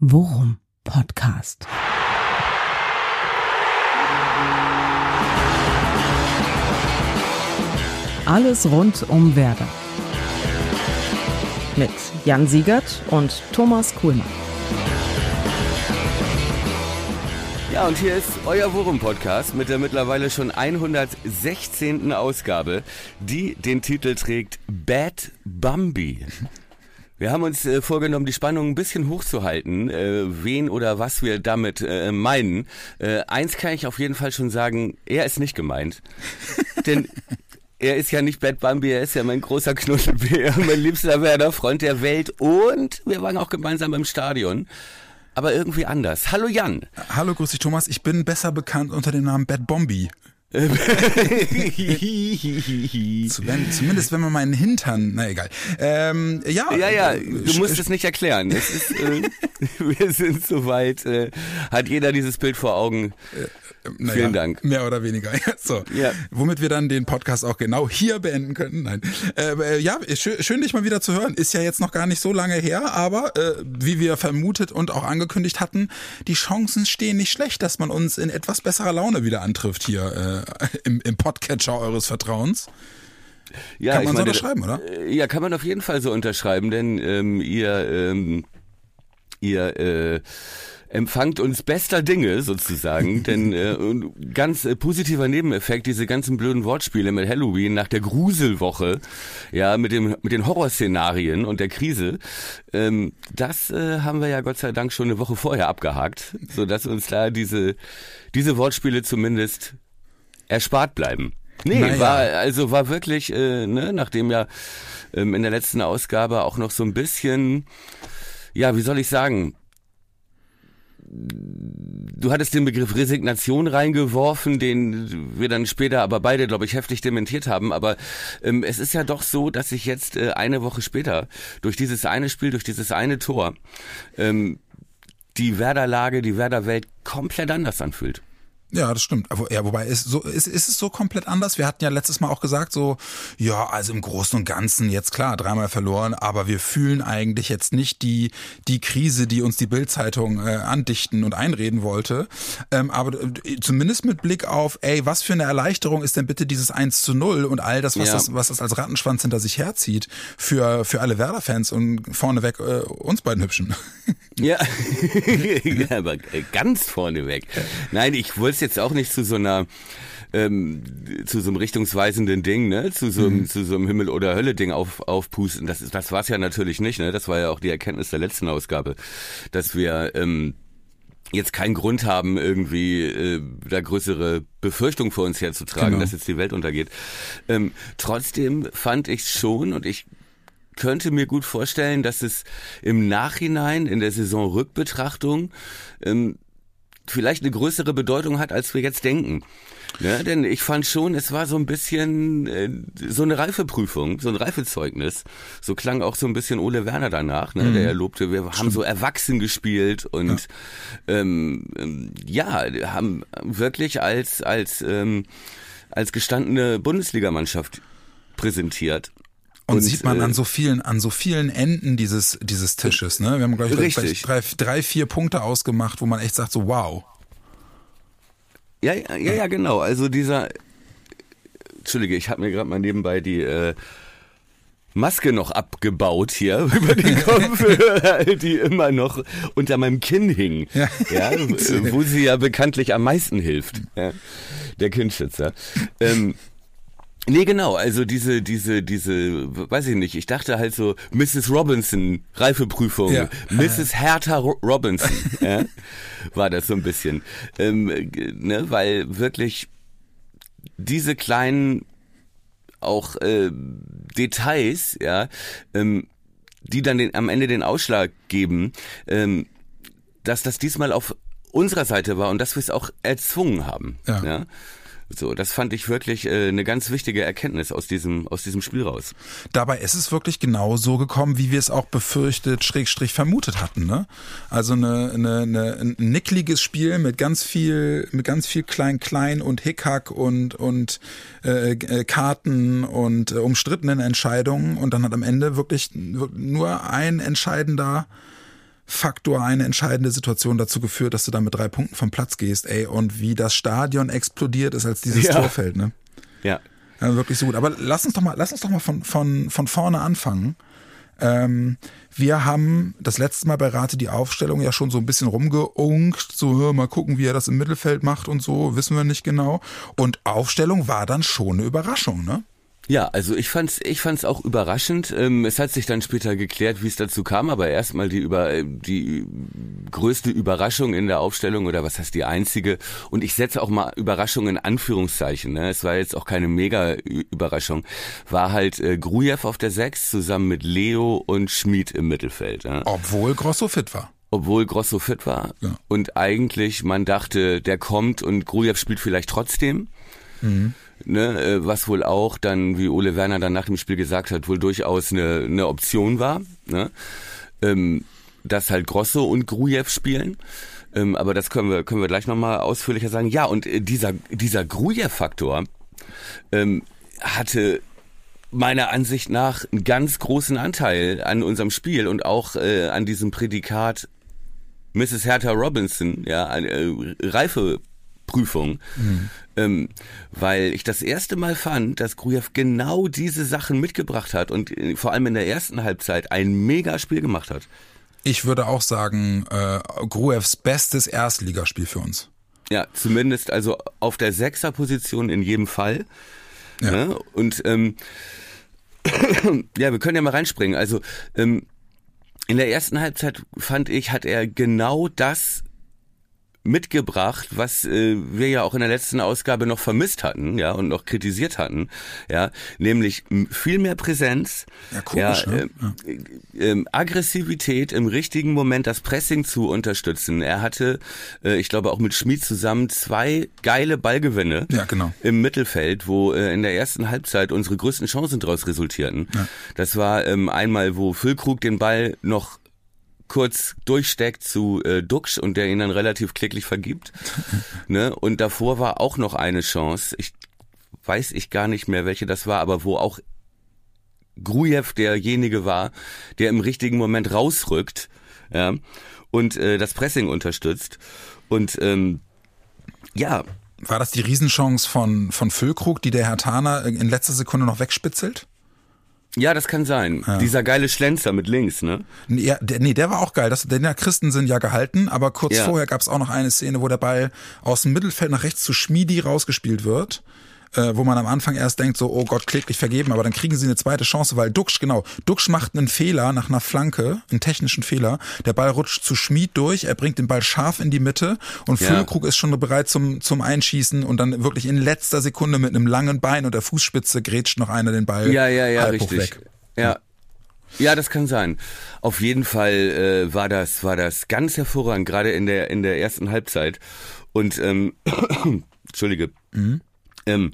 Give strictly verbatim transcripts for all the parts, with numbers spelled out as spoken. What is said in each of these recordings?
Worum Podcast. Alles rund um Werder. Mit Jan Siegert und Thomas Kuhlmann. Ja, und hier ist euer Worum-Podcast mit der mittlerweile schon hundertsechzehnten Ausgabe, die den Titel trägt Bad Bambi. Wir haben uns äh, vorgenommen, die Spannung ein bisschen hochzuhalten, äh, wen oder was wir damit äh, meinen. Äh, eins kann ich auf jeden Fall schon sagen, er ist nicht gemeint. Denn er ist ja nicht Bad Bambi, er ist ja mein großer Knuddelbär, mein liebster Werder-Freund der Welt. Und wir waren auch gemeinsam im Stadion. Aber irgendwie anders. Hallo Jan. Hallo, grüß dich Thomas. Ich bin besser bekannt unter dem Namen Bad Bombi. Zumindest wenn man meinen Hintern, na egal. Ähm, ja, ja, ja, du musst es nicht erklären. Es ist, äh, wir sind soweit. Äh, hat jeder dieses Bild vor Augen? Äh, naja, Vielen Dank. Mehr oder weniger. So, ja. Womit wir dann den Podcast auch genau hier beenden können. Nein. Äh, ja, schön, schön, dich mal wieder zu hören. Ist ja jetzt noch gar nicht so lange her, aber äh, wie wir vermutet und auch angekündigt hatten, die Chancen stehen nicht schlecht, dass man uns in etwas besserer Laune wieder antrifft hier äh, im, im Podcatcher eures Vertrauens. Ja, kann man ich so meine, unterschreiben, oder? Ja, kann man auf jeden Fall so unterschreiben, denn ähm, ihr, ähm, ihr äh, empfangt uns bester Dinge sozusagen, denn äh, ganz äh, positiver Nebeneffekt, diese ganzen blöden Wortspiele mit Halloween nach der Gruselwoche, ja, mit dem mit den Horrorszenarien und der Krise, ähm, das äh, haben wir ja Gott sei Dank schon eine Woche vorher abgehakt, sodass uns da diese diese Wortspiele zumindest erspart bleiben. Nee, naja. war also war wirklich, äh, ne, nachdem ja ähm, in der letzten Ausgabe auch noch so ein bisschen, ja, wie soll ich sagen, du hattest den Begriff Resignation reingeworfen, den wir dann später aber beide, glaube ich, heftig dementiert haben. Aber ähm, es ist ja doch so, dass sich jetzt äh, eine Woche später durch dieses eine Spiel, durch dieses eine Tor ähm, die Werder-Lage, die Werder-Welt komplett anders anfühlt. Ja, das stimmt. Aber ja, wobei ist so ist ist es so komplett anders. Wir hatten ja letztes Mal auch gesagt so, ja, also im Großen und Ganzen jetzt klar dreimal verloren, aber wir fühlen eigentlich jetzt nicht die die Krise, die uns die Bild-Zeitung äh, andichten und einreden wollte. Ähm, aber äh, zumindest mit Blick auf, ey, was für eine Erleichterung ist denn bitte dieses eins zu null und all das, was ja. das was das als Rattenschwanz hinter sich herzieht für für alle Werder-Fans und vorneweg äh, uns beiden Hübschen. Ja, ja, aber ganz vorneweg. Nein, ich wollte jetzt auch nicht zu so einer ähm, zu so einem richtungsweisenden Ding, ne, zu so einem mhm. zu so einem Himmel oder Hölle Ding auf aufpusten. Das ist das war's ja natürlich nicht, ne. Das war ja auch die Erkenntnis der letzten Ausgabe, dass wir ähm, jetzt keinen Grund haben, irgendwie äh, da größere Befürchtung vor uns herzutragen, genau. dass jetzt die Welt untergeht. Ähm, trotzdem fand ich schon und ich könnte mir gut vorstellen, dass es im Nachhinein in der Saisonrückbetrachtung ähm, vielleicht eine größere Bedeutung hat, als wir jetzt denken. Ja, denn ich fand schon, es war so ein bisschen äh, so eine Reifeprüfung, so ein Reifezeugnis. So klang auch so ein bisschen Ole Werner danach, ne, mhm. der lobte, wir haben Stimmt. so erwachsen gespielt und ja, ähm, ja haben wirklich als als ähm, als gestandene Bundesligamannschaft präsentiert. Und, und sieht man äh, an so vielen, an so vielen Enden dieses, dieses Tisches, ne? Wir haben, glaube ich, gleich drei, drei, vier Punkte ausgemacht, wo man echt sagt so, wow. Ja, ja, ja, ja genau. Also dieser, Entschuldige, ich habe mir gerade mal nebenbei die äh, Maske noch abgebaut hier über den Kopfhörer, die immer noch unter meinem Kinn hing, ja, ja wo sie ja bekanntlich am meisten hilft, ja, der Kinnschützer. Ähm, Nee, genau, also diese, diese, diese, weiß ich nicht, ich dachte halt so, Misses Robinson, Reifeprüfung, ja. Misses Hertha Robinson, ja, war das so ein bisschen, ähm, ne, weil wirklich diese kleinen, auch äh, Details, ja, ähm, die dann den, am Ende den Ausschlag geben, ähm, dass das diesmal auf unserer Seite war und dass wir es auch erzwungen haben, ja. ja? So, das fand ich wirklich äh, eine ganz wichtige Erkenntnis aus diesem aus diesem Spiel raus. Dabei ist es wirklich genau so gekommen, wie wir es auch befürchtet, Schrägstrich vermutet hatten, ne? Also eine, eine, eine, ein nickliges Spiel mit ganz viel mit ganz viel Klein Klein und Hickhack und und äh, Karten und äh, umstrittenen Entscheidungen und dann hat am Ende wirklich nur ein entscheidender Faktor, eine entscheidende Situation dazu geführt, dass du da mit drei Punkten vom Platz gehst, ey, und wie das Stadion explodiert ist, als dieses ja. Tor fällt, ne? Ja. ja. Wirklich so gut. Aber lass uns doch mal, lass uns doch mal von, von, von vorne anfangen. Ähm, wir haben das letzte Mal bei Rate die Aufstellung ja schon so ein bisschen rumgeunkt, so hör, mal gucken, wie er das im Mittelfeld macht und so, wissen wir nicht genau. Und Aufstellung war dann schon eine Überraschung, ne? Ja, also ich fand's, ich fand's auch überraschend. Ähm, es hat sich dann später geklärt, wie es dazu kam, aber erstmal die über die größte Überraschung in der Aufstellung, oder was heißt die einzige? Und ich setze auch mal Überraschung in Anführungszeichen. Ne? Es war jetzt auch keine Mega-Überraschung. War halt äh, Grujew auf der sechs zusammen mit Leo und Schmid im Mittelfeld. Ne? Obwohl Grosso fit war. Obwohl Grosso fit war. Ja. Und eigentlich man dachte, der kommt und Grujew spielt vielleicht trotzdem. Mhm. Ne, was wohl auch dann, wie Ole Werner dann nach dem Spiel gesagt hat, wohl durchaus eine, eine Option war, ne? ähm, dass halt Grosso und Grujew spielen, ähm, aber das können wir können wir gleich nochmal ausführlicher sagen. Ja, und äh, dieser dieser Grujew-Faktor ähm, hatte meiner Ansicht nach einen ganz großen Anteil an unserem Spiel und auch äh, an diesem Prädikat Misses Hertha Robinson, ja, eine äh, Reifeprüfung. Mhm. Ähm, weil ich das erste Mal fand, dass Grujew genau diese Sachen mitgebracht hat und vor allem in der ersten Halbzeit ein mega Spiel gemacht hat. Ich würde auch sagen, äh, Grujews bestes Erstligaspiel für uns. Ja, zumindest also auf der Sechserposition in jedem Fall. Ja. Ne? Und ähm, ja, wir können ja mal reinspringen. Also ähm, in der ersten Halbzeit, fand ich, hat er genau das mitgebracht, was äh, wir ja auch in der letzten Ausgabe noch vermisst hatten, ja, und noch kritisiert hatten, ja, nämlich m, viel mehr Präsenz, ja, komisch, ja, ne? äh, äh, äh, Aggressivität im richtigen Moment, das Pressing zu unterstützen. Er hatte, äh, ich glaube auch mit Schmid zusammen, zwei geile Ballgewinne ja, genau. im Mittelfeld, wo äh, in der ersten Halbzeit unsere größten Chancen daraus resultierten. Ja. Das war ähm, einmal, wo Füllkrug den Ball noch kurz durchsteckt zu äh, Duxch und der ihn dann relativ kläglich vergibt. Ne? Und davor war auch noch eine Chance, ich weiß ich gar nicht mehr, welche das war, aber wo auch Grujew derjenige war, der im richtigen Moment rausrückt, ja, und äh, das Pressing unterstützt. Und ähm, ja. War das die Riesenchance von, von Füllkrug, die der Herr Thaner in letzter Sekunde noch wegspitzelt? Ja, das kann sein. Ja. Dieser geile Schlenzer mit links, ne? Ja, der, nee, der war auch geil. Das, den ja Christensen ja gehalten, aber kurz ja. vorher gab es auch noch eine Szene, wo der Ball aus dem Mittelfeld nach rechts zu Schmiedi rausgespielt wird, äh, wo man am Anfang erst denkt, so, oh Gott, kläglich vergeben, aber dann kriegen sie eine zweite Chance, weil Duxch, genau, Duxch macht einen Fehler nach einer Flanke, einen technischen Fehler. Der Ball rutscht zu Schmid durch, er bringt den Ball scharf in die Mitte und ja. Füllkrug ist schon bereit zum, zum Einschießen und dann wirklich in letzter Sekunde mit einem langen Bein und der Fußspitze grätscht noch einer den Ball ja, ja, ja, halb richtig. hoch weg. Ja. Ja, das kann sein. Auf jeden Fall äh, war das war das ganz hervorragend, gerade in der in der ersten Halbzeit. Und ähm, Entschuldige. Mhm. Ähm,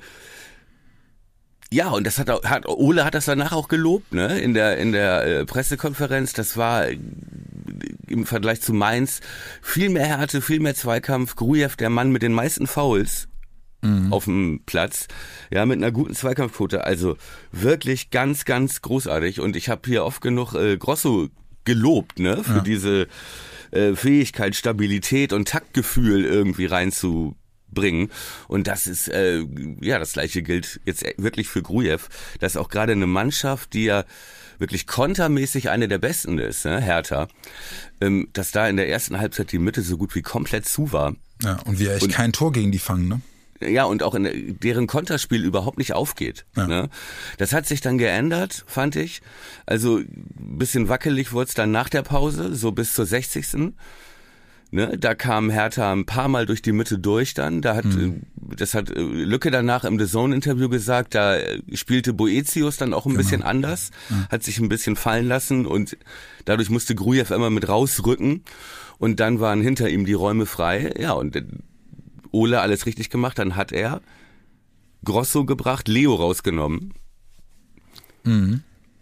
ja, und das hat, auch, hat Ole hat das danach auch gelobt, ne? In der in der äh, Pressekonferenz. Das war äh, im Vergleich zu Mainz viel mehr Härte, viel mehr Zweikampf. Grujew, der Mann mit den meisten Fouls mhm. auf dem Platz, ja, mit einer guten Zweikampfquote. Also wirklich ganz, ganz großartig. Und ich habe hier oft genug äh, Grosso gelobt, ne, für ja. diese äh, Fähigkeit, Stabilität und Taktgefühl irgendwie reinzubringen. Und das ist, äh, ja, das Gleiche gilt jetzt wirklich für Grujew, dass auch gerade eine Mannschaft, die ja wirklich kontermäßig eine der besten ist, ne, Hertha, ähm, dass da in der ersten Halbzeit die Mitte so gut wie komplett zu war. Ja, und wir echt und, kein Tor gegen die fangen, ne? Ja, und auch in deren Konterspiel überhaupt nicht aufgeht. Ja. Ne? Das hat sich dann geändert, fand ich. Also ein bisschen wackelig wurde es dann nach der Pause, so bis zur sechzigsten Ne? Da kam Hertha ein paar Mal durch die Mitte durch dann. Da hat, mhm. das hat Lücke danach im The Zone-Interview gesagt, da spielte Boetius dann auch ein genau. bisschen anders, ja. hat sich ein bisschen fallen lassen und dadurch musste Grujew immer mit rausrücken und dann waren hinter ihm die Räume frei. Ja, und Ole alles richtig gemacht, dann hat er Grosso gebracht, Leo rausgenommen. Mhm.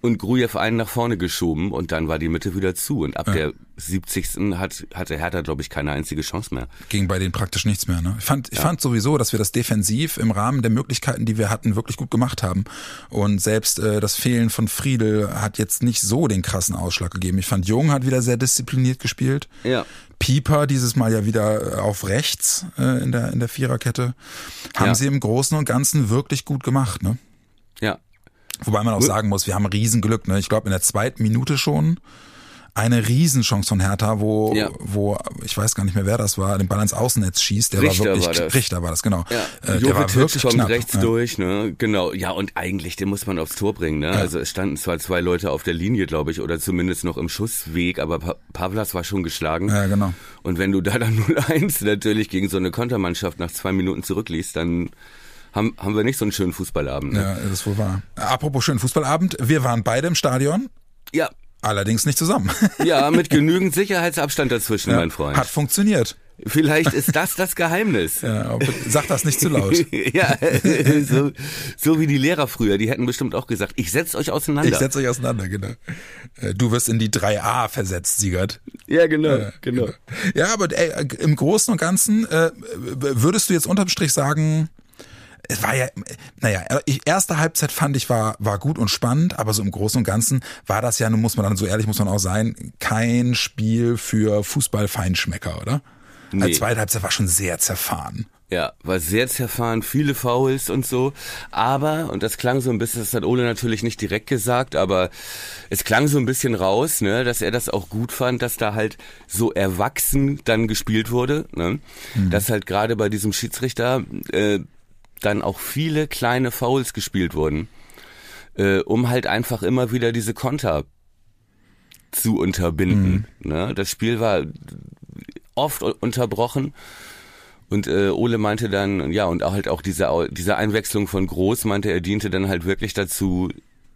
und Grujew einen nach vorne geschoben und dann war die Mitte wieder zu. Und ab ja. der siebzigsten hat, hatte Hertha, glaube ich, keine einzige Chance mehr. Ging bei denen praktisch nichts mehr. Ne? Ich fand, ich ja. fand sowieso, dass wir das defensiv im Rahmen der Möglichkeiten, die wir hatten, wirklich gut gemacht haben. Und selbst äh, das Fehlen von Friedel hat jetzt nicht so den krassen Ausschlag gegeben. Ich fand, Jung hat wieder sehr diszipliniert gespielt. Ja. Pieper dieses Mal ja wieder auf rechts äh, in der in der Viererkette. Haben ja. sie im Großen und Ganzen wirklich gut gemacht, ne? Ja. Wobei man auch sagen muss, wir haben Riesenglück, ne? Ich glaube in der zweiten Minute schon eine Riesenchance von Hertha, wo, ja. wo, ich weiß gar nicht mehr, wer das war, den Ball ans Außennetz schießt, der Richter war wirklich, war das. Richter war das, genau. Ja. Äh, der war wirklich kommt knapp. rechts ja. durch, ne, genau. Ja, und eigentlich, den muss man aufs Tor bringen, ne. Ja. Also es standen zwar zwei Leute auf der Linie, glaube ich, oder zumindest noch im Schussweg, aber pa- Pavlas war schon geschlagen. Ja, genau. Und wenn du da dann null eins natürlich gegen so eine Kontermannschaft nach zwei Minuten zurückliest, dann haben, haben wir nicht so einen schönen Fußballabend, ne. Ja, das ist wohl wahr. Apropos schönen Fußballabend, wir waren beide im Stadion. Ja. Allerdings nicht zusammen. Ja, mit genügend Sicherheitsabstand dazwischen, ja, mein Freund. Hat funktioniert. Vielleicht ist das das Geheimnis. Ja, aber sag das nicht zu laut. Ja, so, so wie die Lehrer früher, die hätten bestimmt auch gesagt, ich setz euch auseinander. Ich setz euch auseinander, genau. Du wirst in die drei A versetzt, Siegert. Ja, genau, ja, genau. genau. Ja, aber ey, im Großen und Ganzen äh, würdest du jetzt unterm Strich sagen, es war ja, naja, erste Halbzeit fand ich war war gut und spannend, aber so im Großen und Ganzen war das ja, nun muss man dann, so ehrlich muss man auch sein, kein Spiel für Fußballfeinschmecker, oder? Nee. Die zweite Halbzeit war schon sehr zerfahren. Ja, war sehr zerfahren, viele Fouls und so, aber, und das klang so ein bisschen, das hat Ole natürlich nicht direkt gesagt, aber es klang so ein bisschen raus, ne, dass er das auch gut fand, dass da halt so erwachsen dann gespielt wurde, ne, mhm. dass halt gerade bei diesem Schiedsrichter äh, dann auch viele kleine Fouls gespielt wurden, äh, um halt einfach immer wieder diese Konter zu unterbinden. Mhm. Ne? Das Spiel war oft unterbrochen und äh, Ole meinte dann, ja, und auch halt auch diese, diese Einwechslung von Groß, meinte er, diente dann halt wirklich dazu,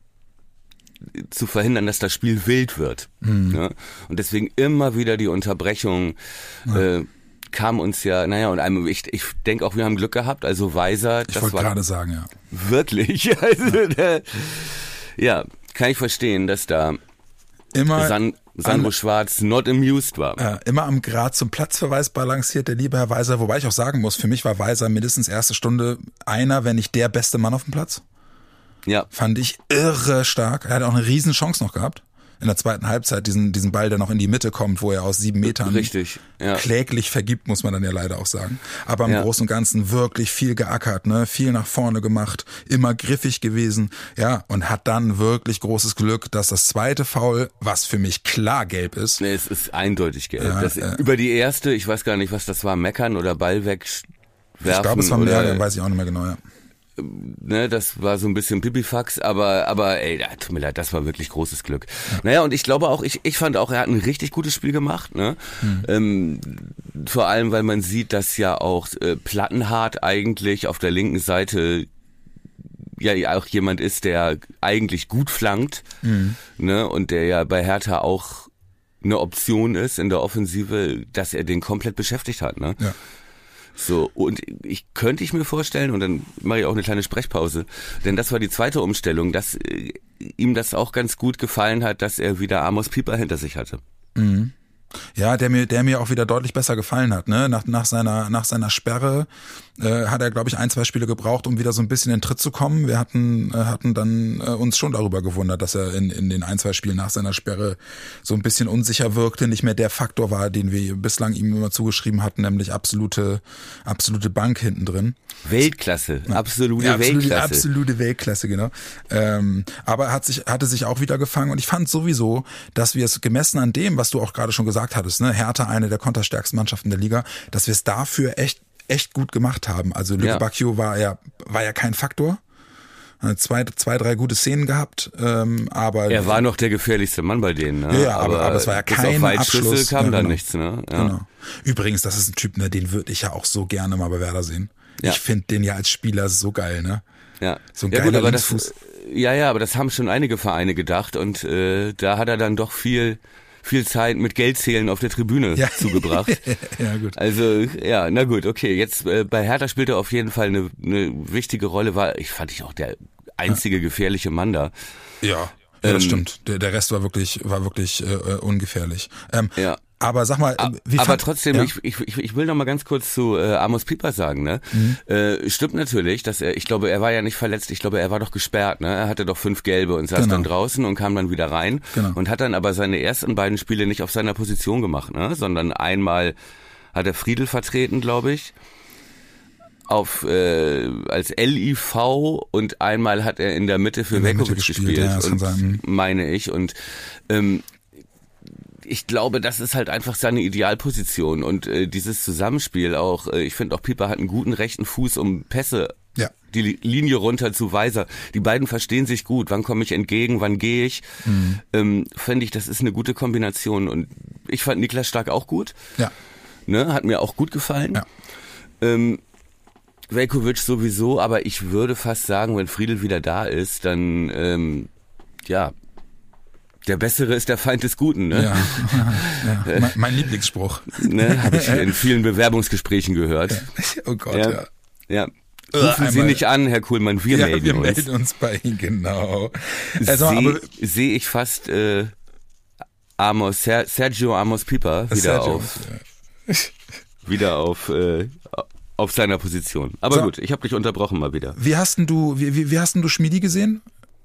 zu verhindern, dass das Spiel wild wird. Mhm. Ne? Und deswegen immer wieder die Unterbrechung, ja. äh, kam uns ja, naja, und einem, ich, ich denke auch, wir haben Glück gehabt, also Weiser, ich wollte gerade sagen, ja. Wirklich, also, ja. Der, ja, kann ich verstehen, dass da immer San, Sandro an, Schwarz not amused war. Ja, immer am Grad zum Platzverweis balanciert, der liebe Herr Weiser, wobei ich auch sagen muss, für mich war Weiser mindestens erste Stunde einer, wenn nicht der beste Mann auf dem Platz. Ja. Fand ich irre stark. Er hat auch eine riesen Chance noch gehabt. In der zweiten Halbzeit diesen diesen Ball, der noch in die Mitte kommt, wo er aus sieben Metern Richtig, ja. kläglich vergibt, muss man dann ja leider auch sagen. Aber im ja. Großen und Ganzen wirklich viel geackert, ne, viel nach vorne gemacht, immer griffig gewesen, ja, und hat dann wirklich großes Glück, dass das zweite Foul, was für mich klar gelb ist. Nee, es ist eindeutig gelb. Ja, das, äh, über die erste, ich weiß gar nicht, was das war, meckern oder Ball wegwerfen. Ich glaube, es war mehr, dann weiß ich auch nicht mehr genau, ja. Ne, das war so ein bisschen Pipifax, aber aber ey, tut mir leid, das war wirklich großes Glück. Ja. Naja, und ich glaube auch, ich ich fand auch, er hat ein richtig gutes Spiel gemacht, ne? Hm. Ähm, vor allem, weil man sieht, dass ja auch äh, Plattenhardt eigentlich auf der linken Seite ja auch jemand ist, der eigentlich gut flankt, hm. ne? Und der ja bei Hertha auch eine Option ist in der Offensive, dass er den komplett beschäftigt hat, ne? Ja. So, und ich könnte ich mir vorstellen, und dann mache ich auch eine kleine Sprechpause, denn das war die zweite Umstellung, dass äh, ihm das auch ganz gut gefallen hat, dass er wieder Amos Pieper hinter sich hatte. Mhm. Ja, der mir, der mir auch wieder deutlich besser gefallen hat, ne? Nach, nach seiner, nach seiner Sperre äh, hat er, glaube ich, ein, zwei Spiele gebraucht, um wieder so ein bisschen in den Tritt zu kommen. Wir hatten, äh, hatten dann äh, uns schon darüber gewundert, dass er in, in den ein, zwei Spielen nach seiner Sperre so ein bisschen unsicher wirkte, nicht mehr der Faktor war, den wir bislang ihm immer zugeschrieben hatten, nämlich absolute, absolute Bank hinten drin. Weltklasse, absolute ja, absolute, Weltklasse. Absolute Weltklasse, genau. Ähm, aber er hat sich, hatte sich auch wieder gefangen und ich fand sowieso, dass wir es gemessen an dem, was du auch gerade schon gesagt hattest, ne, Hertha eine der konterstärksten Mannschaften der Liga, dass wir es dafür echt, echt gut gemacht haben. Also Lüke ja. Bacchio war ja, war ja kein Faktor. Zwei, zwei, drei gute Szenen gehabt, ähm, aber er war noch der gefährlichste Mann bei denen. Ne? Ja, aber, aber es war ja kein Abschluss. Kam ja, da genau. nichts. Ne? Ja. Genau. Übrigens, das ist ein Typ, ne, den würde ich ja auch so gerne mal bei Werder sehen. Ja. Ich finde den ja als Spieler so geil, ne? Ja. So ein ja, geiler gut, aber Linksfuß. Das, ja, ja, aber das haben schon einige Vereine gedacht und äh, da hat er dann doch viel viel Zeit mit Geldzählen auf der Tribüne ja. zugebracht. Ja, gut. Also, ja, na gut, okay. Jetzt äh, bei Hertha spielt er auf jeden Fall eine, eine wichtige Rolle, war, ich fand ich auch der einzige ja. gefährliche Mann da. Ja. Ja, das ähm, stimmt. Der, der Rest war wirklich, war wirklich äh, ungefährlich. Ähm, ja. Aber sag mal, wie aber fand, trotzdem, ja? ich, ich, ich will noch mal ganz kurz zu äh, Amos Pieper sagen, ne? Mhm. Äh, stimmt natürlich, dass er, ich glaube, er war ja nicht verletzt, ich glaube, er war doch gesperrt, ne? Er hatte doch fünf Gelbe und saß genau. dann draußen und kam dann wieder rein genau. und hat dann aber seine ersten beiden Spiele nicht auf seiner Position gemacht, ne? Sondern einmal hat er Friedl vertreten, glaube ich, auf äh, als L I V und einmal hat er in der Mitte für Veljković gespielt, ja, das und, kann sein. meine ich. Und ähm, ich glaube, das ist halt einfach seine Idealposition und äh, dieses Zusammenspiel auch, äh, ich finde auch Pieper hat einen guten rechten Fuß, um Pässe, ja. die Linie runter zu Weiser. Die beiden verstehen sich gut, wann komme ich entgegen, wann gehe ich. Mhm. Ähm, fände ich, das ist eine gute Kombination und ich fand Niklas Stark auch gut. Ja. Ne, hat mir auch gut gefallen. Ja. Ähm, Veljković sowieso, aber ich würde fast sagen, wenn Friedl wieder da ist, dann, ähm, ja, der Bessere ist der Feind des Guten, ne? Ja, ja. Mein, mein Lieblingsspruch. Ne, habe ich in vielen Bewerbungsgesprächen gehört. Ja. Oh Gott, ja. Ja. ja. Rufen Einmal. Sie nicht an, Herr Kuhlmann, wir ja, melden wir uns. Wir melden uns bei Ihnen, genau. Also, Sehe seh ich fast äh, Amos, Ser, Sergio Amos Pieper wieder Sergio, auf, ja. wieder auf, äh, auf seiner Position. Aber so. Gut, ich habe dich unterbrochen mal wieder. Wie hast denn du, wie, wie, wie hast denn du Schmiedi gesehen?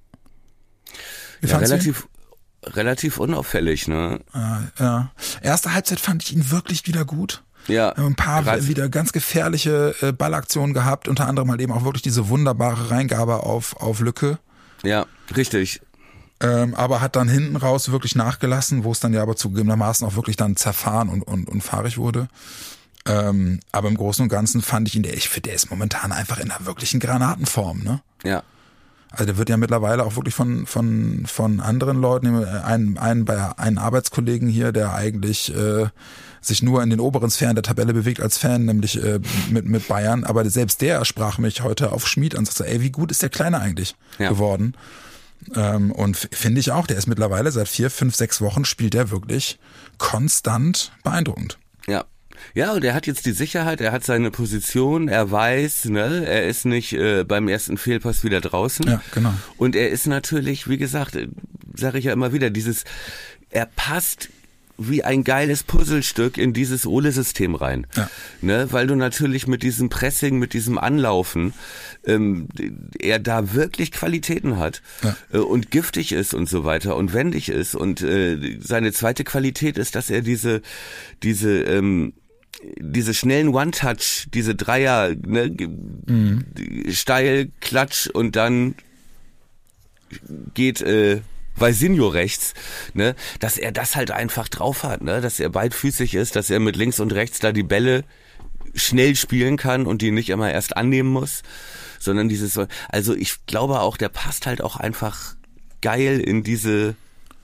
Wie ja, relativ, relativ unauffällig, ne? Ah, ja. Erste Halbzeit fand ich ihn wirklich wieder gut. Ja. Ein paar krass. wieder ganz gefährliche äh, Ballaktionen gehabt, unter anderem halt eben auch wirklich diese wunderbare Reingabe auf, auf Lücke. Ja, richtig. Ähm, aber hat dann hinten raus wirklich nachgelassen, wo es dann ja aber zugegebenermaßen auch wirklich dann zerfahren und, und, und fahrig wurde. Ähm, aber im Großen und Ganzen fand ich ihn, der, ich finde, der ist momentan einfach in einer wirklichen Granatenform, ne? Ja. Also der wird ja mittlerweile auch wirklich von von von anderen Leuten, einen, einen bei einen Arbeitskollegen hier, der eigentlich äh, sich nur in den oberen Sphären der Tabelle bewegt als Fan, nämlich äh, mit mit Bayern. Aber selbst der sprach mich heute auf Schmied an und sagte, ey, wie gut ist der Kleine eigentlich ja. geworden? Ähm, und finde ich auch, der ist mittlerweile seit vier, fünf, sechs Wochen spielt der wirklich konstant beeindruckend. Ja. Ja, und er hat jetzt die Sicherheit, er hat seine Position, er weiß, ne, er ist nicht äh, beim ersten Fehlpass wieder draußen. Ja, genau. Und er ist natürlich, wie gesagt, sage ich ja immer wieder, dieses, er passt wie ein geiles Puzzlestück in dieses Ole-System rein. Ja. Ne, weil du natürlich mit diesem Pressing, mit diesem Anlaufen, ähm, er da wirklich Qualitäten hat ja. äh, und giftig ist und so weiter und wendig ist. Und äh, seine zweite Qualität ist, dass er diese, diese, ähm, diese schnellen One-Touch, diese Dreier, ne, mhm. steil, Klatsch und dann geht äh, Weisinho rechts, ne, dass er das halt einfach drauf hat, ne, dass er beidfüßig ist, dass er mit links und rechts da die Bälle schnell spielen kann und die nicht immer erst annehmen muss, sondern dieses, also ich glaube auch, der passt halt auch einfach geil in diese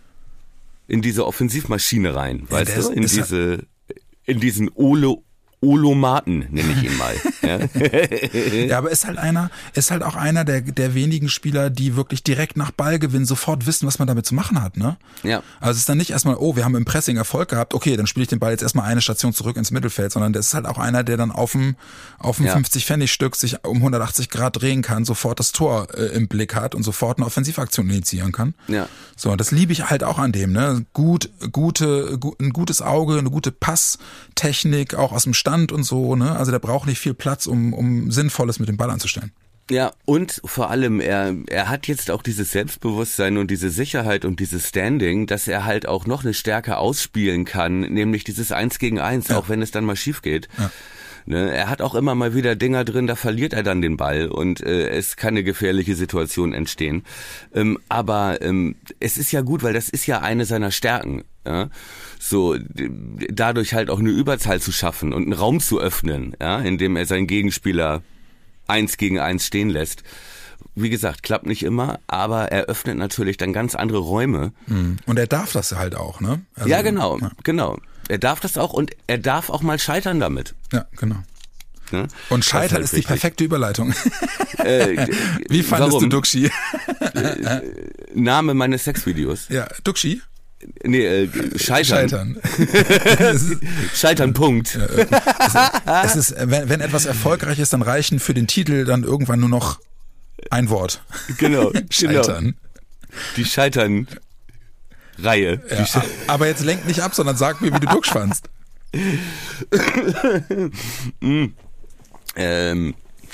in diese Offensivmaschine rein, ja, weißt du, in diese in diesen Olo Olomaten, nenne ich ihn mal. Ja. Ja, aber ist halt einer, ist halt auch einer der der wenigen Spieler, die wirklich direkt nach Ballgewinn sofort wissen, was man damit zu machen hat, ne? Ja. Also es ist dann nicht erstmal, oh, wir haben im Pressing Erfolg gehabt, okay, dann spiele ich den Ball jetzt erstmal eine Station zurück ins Mittelfeld, sondern das ist halt auch einer, der dann auf dem auf dem ja. fünfzig-Pfennig-Stück sich um hundertachtzig Grad drehen kann, sofort das Tor äh, im Blick hat und sofort eine Offensivaktion initiieren kann. Ja. So, das liebe ich halt auch an dem, ne? Gut, gute, gu, ein gutes Auge, eine gute Passtechnik, auch aus dem Stand und so, ne? Also der braucht nicht viel Platz, um, um Sinnvolles mit dem Ball anzustellen. Ja, und vor allem, er, er hat jetzt auch dieses Selbstbewusstsein und diese Sicherheit und dieses Standing, dass er halt auch noch eine Stärke ausspielen kann, nämlich dieses Eins gegen Eins, ja. auch wenn es dann mal schief geht. Ja. Ne, er hat auch immer mal wieder Dinger drin, da verliert er dann den Ball und äh, es kann eine gefährliche Situation entstehen. Ähm, aber ähm, es ist ja gut, weil das ist ja eine seiner Stärken. Ja? So d- dadurch halt auch eine Überzahl zu schaffen und einen Raum zu öffnen, ja, indem er seinen Gegenspieler eins gegen eins stehen lässt. Wie gesagt, klappt nicht immer, aber er öffnet natürlich dann ganz andere Räume. Und er darf das halt auch, ne? Also, ja, genau, ja. genau. Er darf das auch und er darf auch mal scheitern damit. Ja, genau. Ne? Und Scheitern ist, halt ist die perfekte Überleitung. Äh, Wie fandest warum? du Duxi? äh, Name meines Sexvideos. Ja, Duxi? Nee, äh, Scheitern. Scheitern. Scheitern, Punkt. Ja, es ist, wenn, wenn etwas erfolgreich ist, dann reichen für den Titel dann irgendwann nur noch ein Wort. Genau. Scheitern. die Scheitern Reihe. Ja, die aber jetzt lenk nicht ab, sondern sag mir, wie du Duxch fandst. ähm,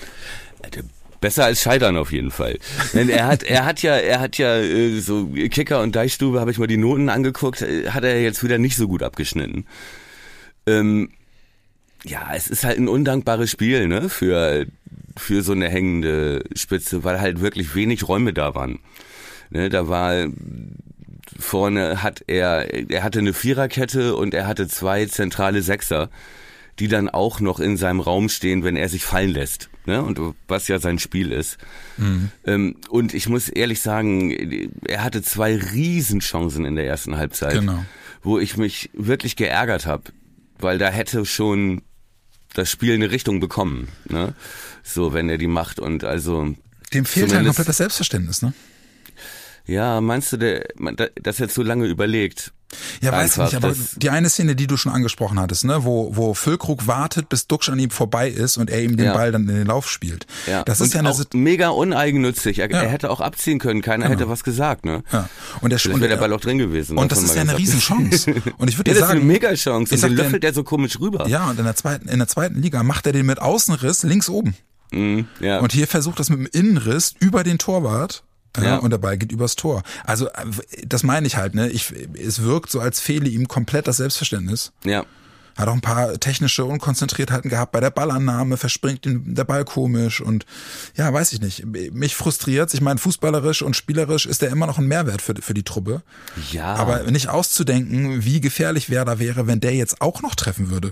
besser als Scheitern auf jeden Fall. Denn er hat, er hat ja, er hat ja äh, so Kicker und Deichstube, habe ich mal die Noten angeguckt, äh, hat er jetzt wieder nicht so gut abgeschnitten. Ähm, ja, es ist halt ein undankbares Spiel, ne, für für so eine hängende Spitze, weil halt wirklich wenig Räume da waren. Ne, da war vorne hat er, er hatte eine Viererkette und er hatte zwei zentrale Sechser, die dann auch noch in seinem Raum stehen, wenn er sich fallen lässt, ne? Und was ja sein Spiel ist. Mhm. Ähm, und ich muss ehrlich sagen, er hatte zwei Riesenchancen in der ersten Halbzeit, genau, wo ich mich wirklich geärgert habe, weil da hätte schon das Spiel eine Richtung bekommen, ne? So, wenn er die macht und also dem fehlt halt komplett das Selbstverständnis, ne? Ja, meinst du, der, dass er zu lange überlegt? Ja, weiß ich nicht, aber die eine Szene, die du schon angesprochen hattest, ne, wo, wo Füllkrug wartet, bis Duxch an ihm vorbei ist und er ihm den ja. Ball dann in den Lauf spielt. Ja. Das und ist ja eine auch mega uneigennützig. Er, ja. er hätte auch abziehen können, keiner genau. hätte was gesagt, ne? Ja. Und der Vielleicht wäre der Ball auch drin gewesen. Und das ist ja eine Riesenchance. Und ich würde ja, dir sagen, das ist eine Mega-Chance. Und den löffelt er so komisch rüber. Ja, und in der zweiten, in der zweiten Liga macht er den mit Außenriss links oben. Mhm, ja. Und hier versucht das mit dem Innenriss über den Torwart. Ja, ja. Und der Ball geht übers Tor. Also das meine ich halt, ne? Ich, es wirkt so, als fehle ihm komplett das Selbstverständnis. Ja. Hat auch ein paar technische Unkonzentriertheiten gehabt bei der Ballannahme, verspringt ihm der Ball komisch und ja, weiß ich nicht. Mich frustriert's. Ich meine, fußballerisch und spielerisch ist er immer noch ein Mehrwert für, für die Truppe. Ja. Aber nicht auszudenken, wie gefährlich Werder wäre, wenn der jetzt auch noch treffen würde.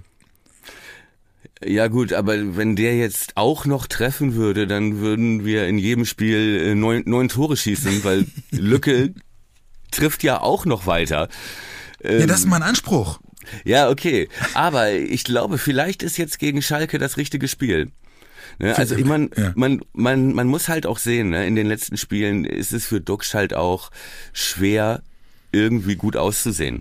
Ja gut, aber wenn der jetzt auch noch treffen würde, dann würden wir in jedem Spiel neun, neun Tore schießen, weil Lücke trifft ja auch noch weiter. Ähm, ja, das ist mein Anspruch. Ja, okay. Aber ich glaube, vielleicht ist jetzt gegen Schalke das richtige Spiel. Ne? Also ich mein, ja. man, man, man muss halt auch sehen, ne? In den letzten Spielen ist es für Duxch halt auch schwer, irgendwie gut auszusehen.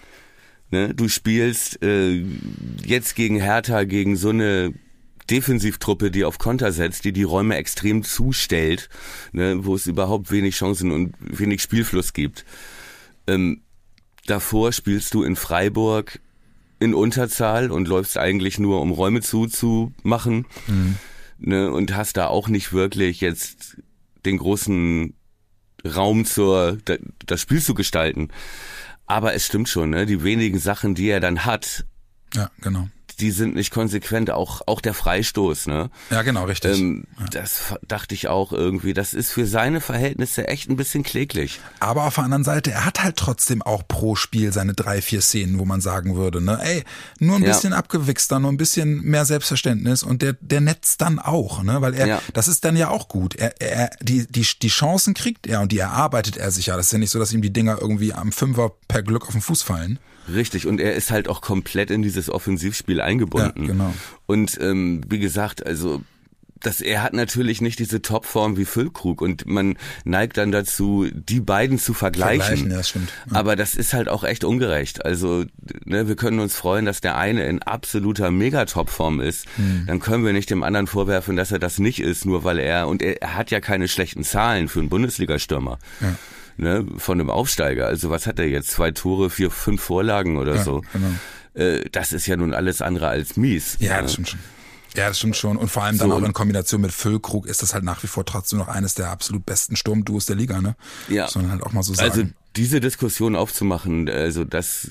Du spielst äh, jetzt gegen Hertha, gegen so eine Defensivtruppe, die auf Konter setzt, die die Räume extrem zustellt, ne, wo es überhaupt wenig Chancen und wenig Spielfluss gibt. Ähm, davor spielst du in Freiburg in Unterzahl und läufst eigentlich nur, um Räume zuzumachen, mhm. ne, und hast da auch nicht wirklich jetzt den großen Raum zur das Spiel zu gestalten. Aber es stimmt schon, ne? Die wenigen Sachen, die er dann hat, ja, genau, die sind nicht konsequent, auch auch der Freistoß, ne? Ja, genau, richtig. Ähm, ja. Das dachte ich auch irgendwie, das ist für seine Verhältnisse echt ein bisschen kläglich. Aber auf der anderen Seite, er hat halt trotzdem auch pro Spiel seine drei, vier Szenen, wo man sagen würde, ne, ey, nur ein ja. bisschen abgewichster, nur ein bisschen mehr Selbstverständnis und der der netzt dann auch, ne, weil er, ja. das ist dann ja auch gut. Er, er die die die Chancen kriegt er und die erarbeitet er sich ja. Das ist ja nicht so, dass ihm die Dinger irgendwie am Fünfer per Glück auf den Fuß fallen. Richtig, und er ist halt auch komplett in dieses Offensivspiel eingebunden. Ja, genau. Und ähm, wie gesagt, also das, er hat natürlich nicht diese Topform wie Füllkrug und man neigt dann dazu, die beiden zu vergleichen. Vergleichen, ja, stimmt. Ja. Aber das ist halt auch echt ungerecht. Also ne, wir können uns freuen, dass der eine in absoluter Megatopform ist. Hm. Dann können wir nicht dem anderen vorwerfen, dass er das nicht ist, nur weil er, und er, er hat ja keine schlechten Zahlen für einen Bundesliga-Stürmer. Ja. Ne, von einem Aufsteiger. Also was hat er jetzt? Zwei Tore, vier, fünf Vorlagen oder ja, so. Genau. Äh, das ist ja nun alles andere als mies. Ja, ne? Das stimmt schon. Ja, das stimmt schon. Und vor allem dann so, auch in Kombination mit Füllkrug ist das halt nach wie vor trotzdem noch eines der absolut besten Sturmduos der Liga, ne? Ja. Sondern halt auch mal so sagen. Also diese Diskussion aufzumachen, also das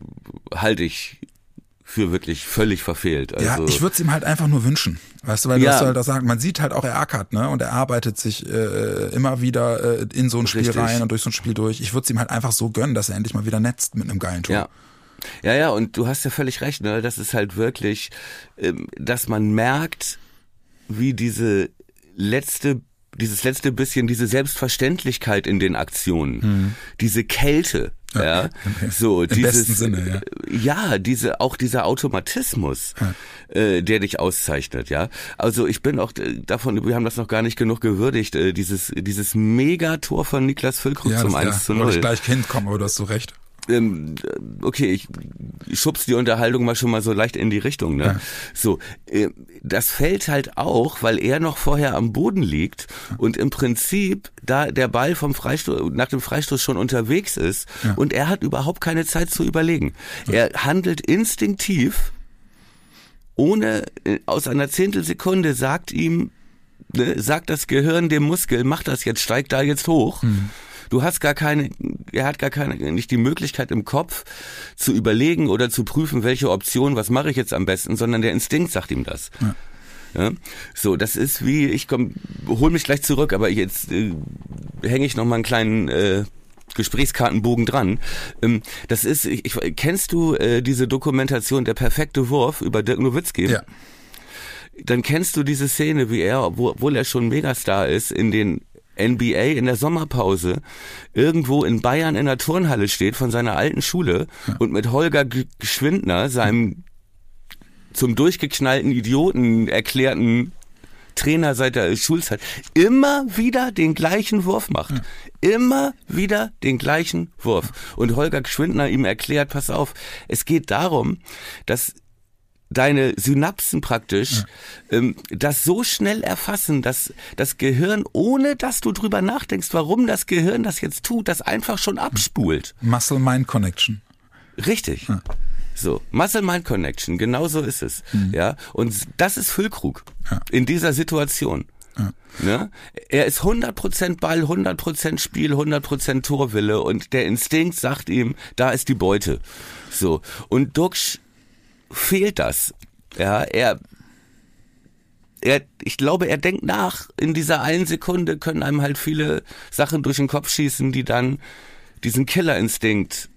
halte ich für wirklich völlig verfehlt. Also, ja, ich würde es ihm halt einfach nur wünschen. Weißt du, weil ja. du hast halt auch sagen, man sieht halt auch, er ackert, ne? Und er arbeitet sich äh, immer wieder äh, in so ein Spiel Richtig. rein und durch so ein Spiel durch. Ich würde es ihm halt einfach so gönnen, dass er endlich mal wieder netzt mit einem geilen Tor. Ja. Ja, ja, und du hast ja völlig recht, ne? Das ist halt wirklich, ähm, dass man merkt, wie diese letzte dieses letzte bisschen, diese Selbstverständlichkeit in den Aktionen, mhm. diese Kälte, ja, ja okay. so Im dieses, besten Sinne, ja, ja, diese auch dieser Automatismus, ja. äh, der dich auszeichnet, ja. Also ich bin auch davon, wir haben das noch gar nicht genug gewürdigt, äh, dieses dieses Megator von Niklas Füllkrug ja, zum das, eins zu null. Wollte ich gleich hinkommen, aber du hast so recht. ähm, okay, ich schub's die Unterhaltung mal schon mal so leicht in die Richtung, ne? Ja. So, äh, das fällt halt auch, weil er noch vorher am Boden liegt und im Prinzip da der Ball vom Freistoß, nach dem Freistoß schon unterwegs ist ja. und er hat überhaupt keine Zeit zu überlegen. Ja. Er handelt instinktiv, ohne, aus einer Zehntelsekunde sagt ihm, ne, sagt das Gehirn dem Muskel, mach das jetzt, steig da jetzt hoch. Mhm. Du hast gar keine, er hat gar keine, nicht die Möglichkeit im Kopf zu überlegen oder zu prüfen, welche Option, was mache ich jetzt am besten, sondern der Instinkt sagt ihm das. Ja. Ja? So, das ist wie, ich komm, hol mich gleich zurück, aber jetzt äh, hänge ich noch mal einen kleinen äh, Gesprächskartenbogen dran. Ähm, das ist, ich, ich, kennst du äh, diese Dokumentation Der perfekte Wurf über Dirk Nowitzki? Ja. Dann kennst du diese Szene, wie er, obwohl er schon Megastar ist, in den N B A in der Sommerpause irgendwo in Bayern in der Turnhalle steht von seiner alten Schule ja. und mit Holger Geschwindner, seinem zum durchgeknallten Idioten erklärten Trainer seit der Schulzeit, immer wieder den gleichen Wurf macht. Ja. Immer wieder den gleichen Wurf. Und Holger Geschwindner ihm erklärt, pass auf, es geht darum, dass deine Synapsen praktisch ja. ähm, das so schnell erfassen, dass das Gehirn, ohne dass du drüber nachdenkst, warum das Gehirn das jetzt tut, das einfach schon abspult. Muscle-Mind-Connection. Richtig. Ja. So, Muscle-Mind-Connection, genau so ist es. Mhm. Ja, und das ist Füllkrug ja. in dieser Situation. Ja. Ne? Er ist hundert Prozent Ball, hundert Prozent Spiel, hundert Prozent Torwille und der Instinkt sagt ihm, da ist die Beute. So, und Duxch fehlt das. Ja, er, er, ich glaube, er denkt nach. In dieser einen Sekunde können einem halt viele Sachen durch den Kopf schießen, die dann diesen Killerinstinkt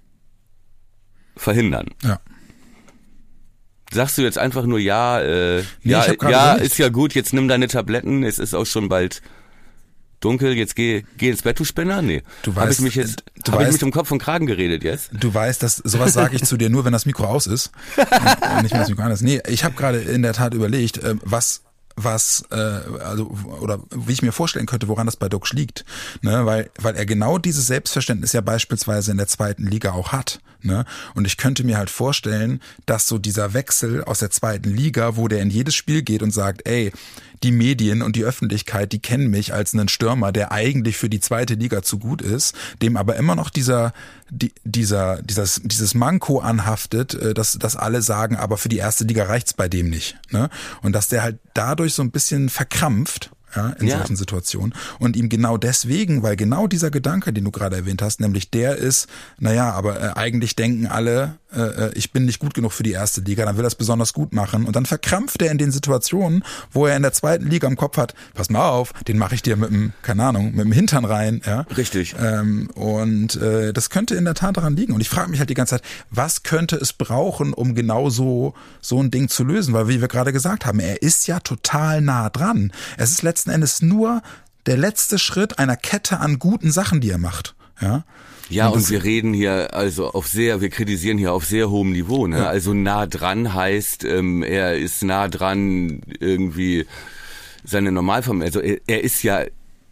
verhindern. Ja. Sagst du jetzt einfach nur ja, äh, nee, ja, ja, überlegt. Ist ja gut, jetzt nimm deine Tabletten, es ist auch schon bald dunkel, jetzt geh, geh ins Bett, du Spinner? Nee. Du Habe weißt, ich mich jetzt, du habe ich weißt, mich um Kopf und Kragen geredet jetzt? Du weißt, dass sowas sage ich zu dir nur, wenn das Mikro aus ist. Und nicht, wenn das Mikro an ist. Nee, ich habe gerade in der Tat überlegt, was was äh, also oder wie ich mir vorstellen könnte, woran das bei Duxch liegt, ne, weil weil er genau dieses Selbstverständnis ja beispielsweise in der zweiten Liga auch hat, ne, und ich könnte mir halt vorstellen, dass so dieser Wechsel aus der zweiten Liga, wo der in jedes Spiel geht und sagt, ey, die Medien und die Öffentlichkeit, die kennen mich als einen Stürmer, der eigentlich für die zweite Liga zu gut ist, dem aber immer noch dieser die, dieser dieses dieses Manko anhaftet, dass dass alle sagen, aber für die erste Liga reicht's bei dem nicht, ne, und dass der halt dadurch so ein bisschen verkrampft, ja, in ja. solchen Situationen. Und ihm genau deswegen, weil genau dieser Gedanke, den du gerade erwähnt hast, nämlich der ist, naja, aber äh, eigentlich denken alle, äh, ich bin nicht gut genug für die erste Liga, dann will er es besonders gut machen. Und dann verkrampft er in den Situationen, wo er in der zweiten Liga im Kopf hat, pass mal auf, den mache ich dir mit dem, keine Ahnung, mit dem Hintern rein. Ja? Richtig. Ähm, und äh, das könnte in der Tat daran liegen. Und ich frage mich halt die ganze Zeit, was könnte es brauchen, um genau so, so ein Ding zu lösen? Weil wie wir gerade gesagt haben, er ist ja total nah dran. Es ist letzten Endes nur der letzte Schritt einer Kette an guten Sachen, die er macht. Ja, ja, und, und wir reden hier also auf sehr, wir kritisieren hier auf sehr hohem Niveau. Ne? Ja. Also nah dran heißt, ähm, er ist nah dran irgendwie seine Normalform. Also er, er ist ja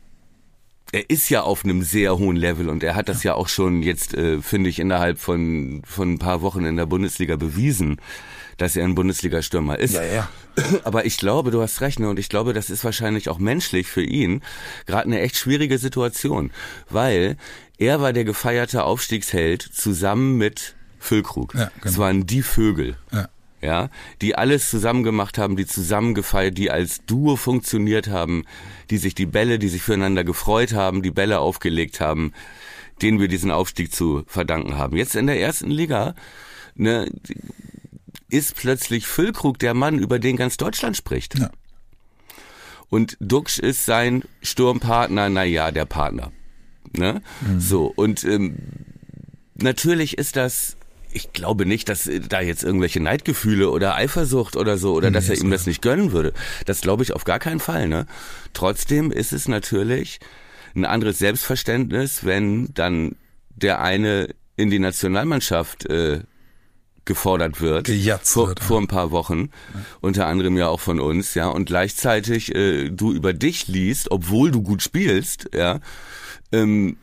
Er ist ja auf einem sehr hohen Level und er hat das ja, ja auch schon jetzt, äh, finde ich, innerhalb von von ein paar Wochen in der Bundesliga bewiesen, dass er ein Bundesliga-Stürmer ist. Ja, ja. Aber ich glaube, du hast recht, ne? Und ich glaube, das ist wahrscheinlich auch menschlich für ihn gerade eine echt schwierige Situation, weil er war der gefeierte Aufstiegsheld zusammen mit Füllkrug. Ja, genau. Es waren die Vögel. Ja. Ja, die alles zusammen gemacht haben, die zusammen gefeiert, die als Duo funktioniert haben, die sich die Bälle, die sich füreinander gefreut haben, die Bälle aufgelegt haben, denen wir diesen Aufstieg zu verdanken haben. Jetzt in der ersten Liga, ne, ist plötzlich Füllkrug der Mann, über den ganz Deutschland spricht. Ja. Und Duxch ist sein Sturmpartner, na ja, der Partner. Ne? Mhm. So, und ähm, natürlich ist das, ich glaube nicht, dass da jetzt irgendwelche Neidgefühle oder Eifersucht oder so, oder nee, dass er ihm das nicht gönnen würde. Das glaube ich auf gar keinen Fall. Ne? Trotzdem ist es natürlich ein anderes Selbstverständnis, wenn dann der eine in die Nationalmannschaft äh, gefordert wird, vor, wird, vor ein paar Wochen, ja. Unter anderem ja auch von uns, ja, und gleichzeitig äh, du über dich liest, obwohl du gut spielst, ja, ähm,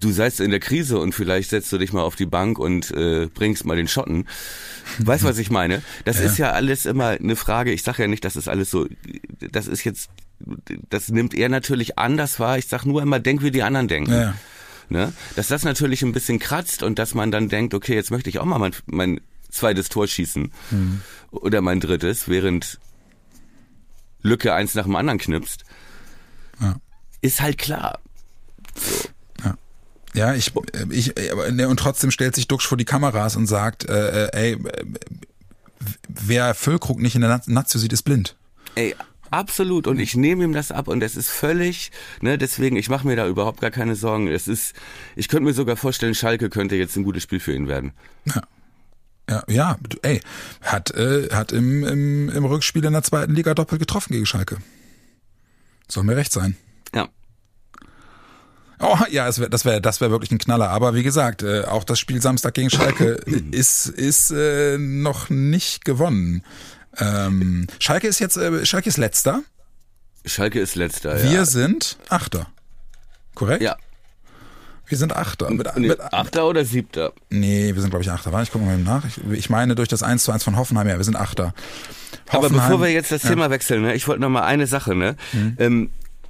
du seist in der Krise und vielleicht setzt du dich mal auf die Bank und äh, bringst mal den Schotten. Weißt du, was ich meine? Das ja. ist ja alles immer eine Frage. Ich sage ja nicht, das ist alles so, das ist jetzt, das nimmt er natürlich anders wahr. Ich sag nur immer, denk wie die anderen denken. Ja. Ne? Dass das natürlich ein bisschen kratzt und dass man dann denkt, okay, jetzt möchte ich auch mal mein, mein zweites Tor schießen mhm. oder mein drittes, während Lücke eins nach dem anderen knipst. Ja. Ist halt klar. So. Ja. Ja, ich, ich, und trotzdem stellt sich Duxch vor die Kameras und sagt, äh, ey, wer Füllkrug nicht in der Nazio sieht, ist blind. Ey, absolut. Und ich nehme ihm das ab und es ist völlig, ne, deswegen, ich mache mir da überhaupt gar keine Sorgen. Es ist, ich könnte mir sogar vorstellen, Schalke könnte jetzt ein gutes Spiel für ihn werden. Ja. Ja, ja, ey, hat, äh, hat im, im, im Rückspiel in der zweiten Liga doppelt getroffen gegen Schalke. Soll mir recht sein. Ja. Oh, ja, es wär, das wäre das wär wirklich ein Knaller. Aber wie gesagt, äh, auch das Spiel Samstag gegen Schalke ist, ist äh, noch nicht gewonnen. Ähm, Schalke ist jetzt, äh, Schalke ist Letzter. Schalke ist Letzter, Wir ja. sind Achter. Korrekt? Ja. Wir sind Achter. Mit, nee, mit, Achter oder Siebter? Nee, wir sind, glaube ich, Achter. Warte, ich gucke mal nach. Ich, ich meine, durch das eins zu eins von Hoffenheim, ja, wir sind Achter. Aber bevor wir jetzt das ja. Thema wechseln, ne, ich wollte noch mal eine Sache, ne? Mhm. Ähm,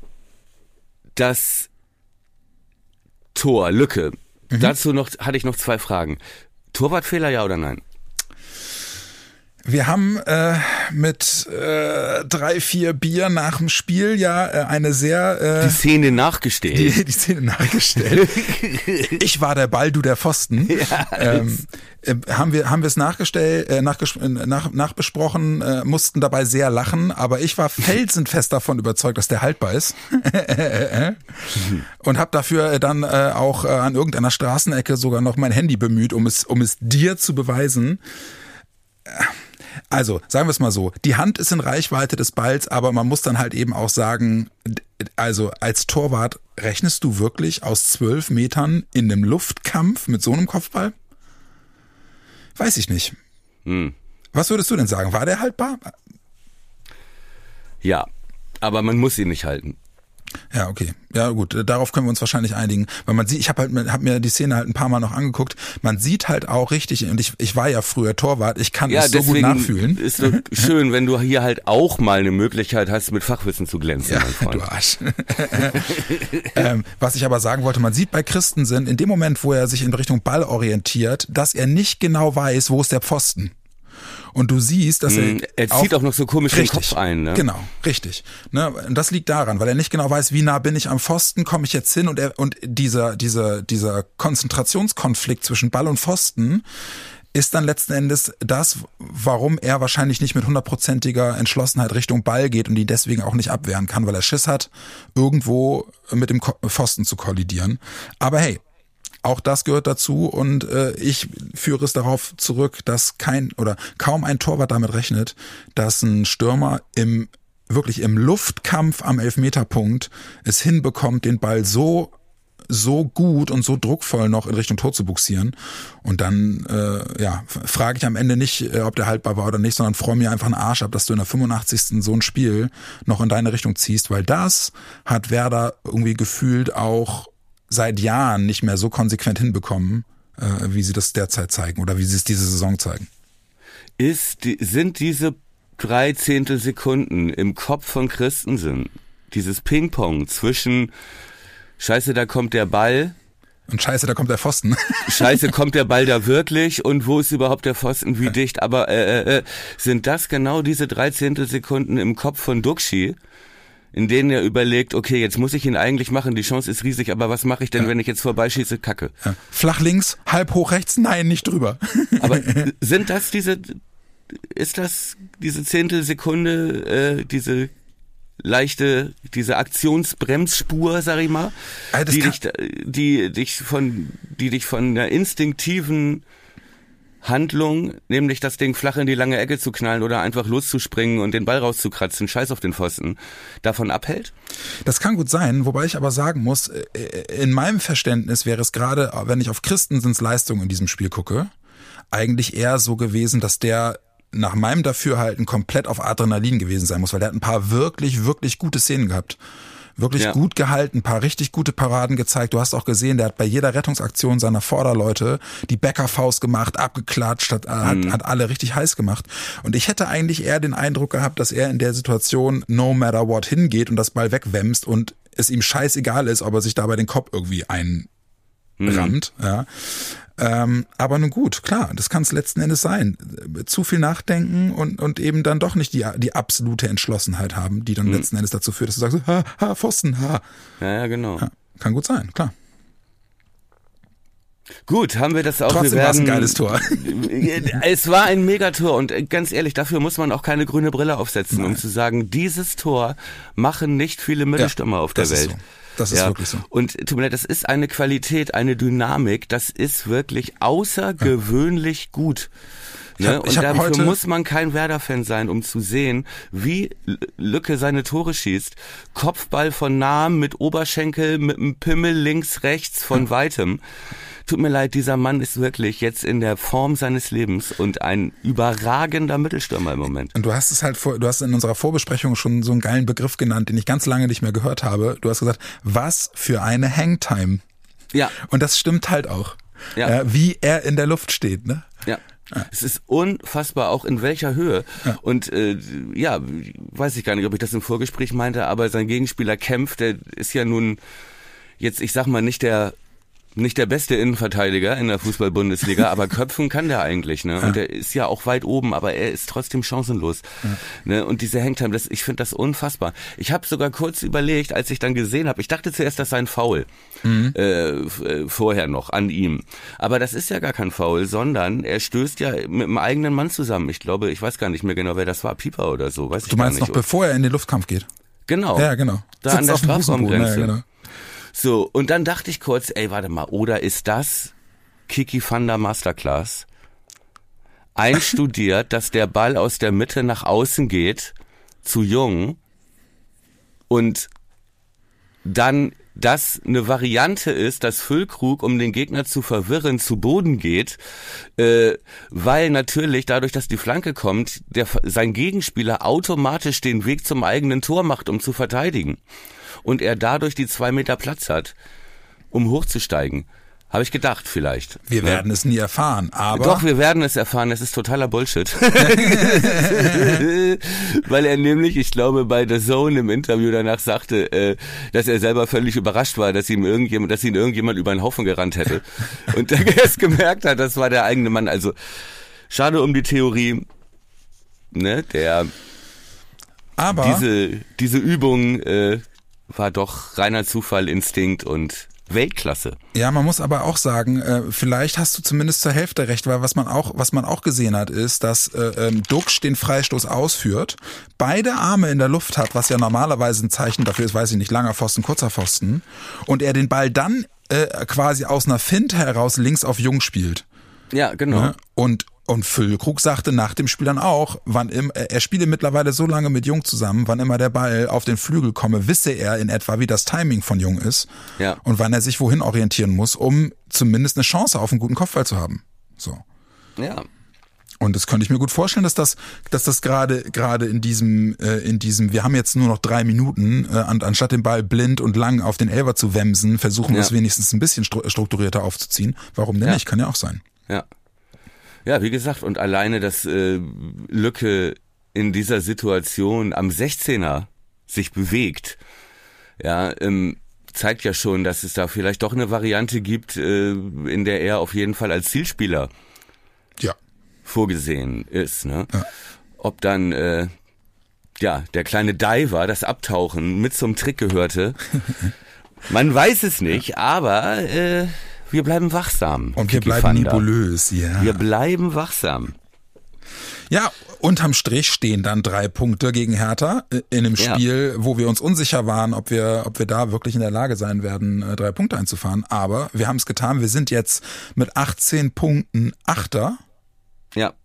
das Tor, Lücke. Mhm. Dazu noch hatte ich noch zwei Fragen. Torwartfehler, ja oder nein? Wir haben äh, mit äh, drei, vier Bier nach dem Spiel ja äh, eine sehr... Äh, die Szene nachgestellt. Die, die Szene nachgestellt. Ich war der Ball, du der Pfosten. Ja, ähm, äh, haben wir haben wir es nachgestellt, äh, nachges- nach, nachbesprochen, äh, mussten dabei sehr lachen, aber ich war felsenfest davon überzeugt, dass der haltbar ist. Und habe dafür dann äh, auch äh, an irgendeiner Straßenecke sogar noch mein Handy bemüht, um es um es dir zu beweisen. Also, sagen wir es mal so, die Hand ist in Reichweite des Balls, aber man muss dann halt eben auch sagen, also als Torwart rechnest du wirklich aus zwölf Metern in einem Luftkampf mit so einem Kopfball? Weiß ich nicht. Hm. Was würdest du denn sagen? War der haltbar? Ja, aber man muss ihn nicht halten. Ja, okay. Ja, gut, darauf können wir uns wahrscheinlich einigen, weil man sieht, ich habe halt hab mir die Szene halt ein paar Mal noch angeguckt, man sieht halt auch richtig, und ich ich war ja früher Torwart, ich kann ja, es so gut nachfühlen. Ist so schön, wenn du hier halt auch mal eine Möglichkeit hast, mit Fachwissen zu glänzen, ja, mein Freund. Du Arsch. ähm, was ich aber sagen wollte, man sieht bei Christensen in dem Moment, wo er sich in Richtung Ball orientiert, dass er nicht genau weiß, wo ist der Pfosten. Und du siehst, dass er... Er zieht auch noch so komisch richtig, den Kopf ein, ne? Genau, richtig. Ne, und das liegt daran, weil er nicht genau weiß, wie nah bin ich am Pfosten, komme ich jetzt hin, und er, und dieser, dieser, dieser Konzentrationskonflikt zwischen Ball und Pfosten ist dann letzten Endes das, warum er wahrscheinlich nicht mit hundertprozentiger Entschlossenheit Richtung Ball geht und ihn deswegen auch nicht abwehren kann, weil er Schiss hat, irgendwo mit dem Pfosten zu kollidieren. Aber hey, auch das gehört dazu, und äh, ich führe es darauf zurück, dass kein oder kaum ein Torwart damit rechnet, dass ein Stürmer im wirklich im Luftkampf am Elfmeterpunkt es hinbekommt, den Ball so so gut und so druckvoll noch in Richtung Tor zu buxieren. Und dann äh, ja frage ich am Ende nicht, äh, ob der haltbar war oder nicht, sondern freue mir einfach einen Arsch ab, dass du in der fünfundachtzigsten so ein Spiel noch in deine Richtung ziehst, weil das hat Werder irgendwie gefühlt auch seit Jahren nicht mehr so konsequent hinbekommen, äh, wie sie das derzeit zeigen oder wie sie es diese Saison zeigen. Ist die, sind diese drei Zehntelsekunden im Kopf von Christensen, dieses Ping-Pong zwischen Scheiße, da kommt der Ball und Scheiße, da kommt der Pfosten. Scheiße, kommt der Ball da wirklich und wo ist überhaupt der Pfosten, wie dicht, aber äh, äh, sind das genau diese drei Zehntelsekunden im Kopf von Duxch, in denen er überlegt, okay, jetzt muss ich ihn eigentlich machen, die Chance ist riesig, aber was mache ich denn, ja. wenn ich jetzt vorbeischieße? Kacke. Ja. Flach links, halb hoch rechts, nein, nicht drüber. Aber sind das diese, ist das diese Zehntelsekunde, äh, diese leichte, diese Aktionsbremsspur, sag ich mal, also die dich, die dich von, die dich von einer instinktiven Handlung, nämlich das Ding flach in die lange Ecke zu knallen oder einfach loszuspringen und den Ball rauszukratzen, Scheiß auf den Pfosten, davon abhält? Das kann gut sein, wobei ich aber sagen muss, in meinem Verständnis wäre es gerade, wenn ich auf Christensens Leistung in diesem Spiel gucke, eigentlich eher so gewesen, dass der nach meinem Dafürhalten komplett auf Adrenalin gewesen sein muss, weil der hat ein paar wirklich, wirklich gute Szenen gehabt. Wirklich Ja. gut gehalten, ein paar richtig gute Paraden gezeigt. Du hast auch gesehen, der hat bei jeder Rettungsaktion seiner Vorderleute die Bäckerfaust gemacht, abgeklatscht, hat, hat, Mhm. hat alle richtig heiß gemacht. Und ich hätte eigentlich eher den Eindruck gehabt, dass er in der Situation no matter what hingeht und das Ball wegwämst und es ihm scheißegal ist, ob er sich dabei den Kopf irgendwie einrammt. Mhm. Ja. Ähm, aber nun gut, klar, das kann es letzten Endes sein. Zu viel nachdenken und, und eben dann doch nicht die, die absolute Entschlossenheit haben, die dann Mhm. letzten Endes dazu führt, dass du sagst, ha, ha, Pfosten, ha. Ja, ja, genau. Ja, kann gut sein, klar. Gut, haben wir das auch. Trotzdem wir war es ein werden, geiles Tor. Es war ein Megator und ganz ehrlich, dafür muss man auch keine grüne Brille aufsetzen, Nein. um zu sagen, dieses Tor machen nicht viele Mittelstürmer Ja, auf der das ist Welt. so. Das ist Ja. wirklich so. Und tut mir leid, das ist eine Qualität, eine Dynamik, das ist wirklich außergewöhnlich gut. Ich Ne? hab- ich Und hab dafür heute- muss man kein Werder-Fan sein, um zu sehen, wie L- Lücke seine Tore schießt. Kopfball von nahem mit Oberschenkel, mit einem Pimmel links, rechts von weitem. Tut mir leid, dieser Mann ist wirklich jetzt in der Form seines Lebens und ein überragender Mittelstürmer im Moment. Und du hast es halt vor, du hast in unserer Vorbesprechung schon so einen geilen Begriff genannt, den ich ganz lange nicht mehr gehört habe. Du hast gesagt, was für eine Hangtime. Ja, Und das stimmt halt auch. Ja. Äh, wie er in der Luft steht, ne? ja. Es ist unfassbar, auch in welcher Höhe. Ja. Und äh, ja, weiß ich gar nicht, ob ich das im Vorgespräch meinte, aber sein Gegenspieler kämpft, der ist ja nun jetzt, ich sag mal, nicht der nicht der beste Innenverteidiger in der Fußball-Bundesliga, aber köpfen kann der eigentlich, ne? Und der ist ja auch weit oben, aber er ist trotzdem chancenlos. Ja. Ne? Und diese Hangtime, das, ich finde das unfassbar. Ich habe sogar kurz überlegt, als ich dann gesehen habe, ich dachte zuerst, das sei ein Foul. Mhm. Äh, äh, vorher noch an ihm. Aber das ist ja gar kein Foul, sondern er stößt ja mit einem eigenen Mann zusammen. Ich glaube, ich weiß gar nicht mehr genau, wer das war, Pieper oder so, weiß ich Du gar meinst nicht. noch, bevor er in den Luftkampf geht? Genau. Ja, genau. Da Sitzt an der auf dem Fußboden, Strafraumgrenze. ja, genau. So, und dann dachte ich kurz, ey, warte mal, oder ist das Kiki van der Masterclass? Einstudiert, dass der Ball aus der Mitte nach außen geht, zu Jung, und dann das eine Variante ist, dass Füllkrug, um den Gegner zu verwirren, zu Boden geht, äh, weil natürlich dadurch, dass die Flanke kommt, der, sein Gegenspieler automatisch den Weg zum eigenen Tor macht, um zu verteidigen. Und er dadurch die zwei Meter Platz hat, um hochzusteigen. Habe ich gedacht vielleicht. Wir ja. werden es nie erfahren, aber... Doch, wir werden es erfahren, es ist totaler Bullshit. Weil er nämlich, ich glaube, bei The Zone im Interview danach sagte, äh, dass er selber völlig überrascht war, dass ihm irgendjemand, dass ihn irgendjemand über den Haufen gerannt hätte. Und er erst gemerkt hat, das war der eigene Mann. Also, schade um die Theorie, ne, der, aber diese, diese Übung, äh, war doch reiner Zufall, Instinkt und Weltklasse. Ja, man muss aber auch sagen, äh, vielleicht hast du zumindest zur Hälfte recht, weil was man auch, was man auch gesehen hat, ist, dass äh, ähm, Duxch den Freistoß ausführt, beide Arme in der Luft hat, was ja normalerweise ein Zeichen dafür ist, weiß ich nicht, langer Pfosten, kurzer Pfosten, und er den Ball dann äh, quasi aus einer Finte heraus links auf Jung spielt. Ja, genau. Ja, und Und Füllkrug sagte nach dem Spiel dann auch, wann im, er spiele mittlerweile so lange mit Jung zusammen, wann immer der Ball auf den Flügel komme, wisse er in etwa, wie das Timing von Jung ist, ja, und wann er sich wohin orientieren muss, um zumindest eine Chance auf einen guten Kopfball zu haben. So. Ja. Und das könnte ich mir gut vorstellen, dass das, dass das gerade gerade in diesem, äh, in diesem, wir haben jetzt nur noch drei Minuten, äh, an, anstatt den Ball blind und lang auf den Elfer zu wemsen, versuchen wir Ja. es wenigstens ein bisschen strukturierter aufzuziehen. Warum denn Ja. nicht? Kann ja auch sein. Ja. Ja, wie gesagt, und alleine, dass äh, Lücke in dieser Situation am sechzehner sich bewegt, ja, ähm, zeigt ja schon, dass es da vielleicht doch eine Variante gibt, äh, in der er auf jeden Fall als Zielspieler Ja. vorgesehen ist. Ne? Ja. Ob dann äh, ja der kleine Diver, das Abtauchen, mit zum Trick gehörte, man weiß es nicht, aber äh, wir bleiben wachsam. Und wir Kiki bleiben van der. nebulös, ja. Wir bleiben wachsam. Ja, unterm Strich stehen dann drei Punkte gegen Hertha in einem Ja. Spiel, wo wir uns unsicher waren, ob wir, ob wir da wirklich in der Lage sein werden, drei Punkte einzufahren. Aber wir haben es getan. Wir sind jetzt mit achtzehn Punkten Achter. Ja.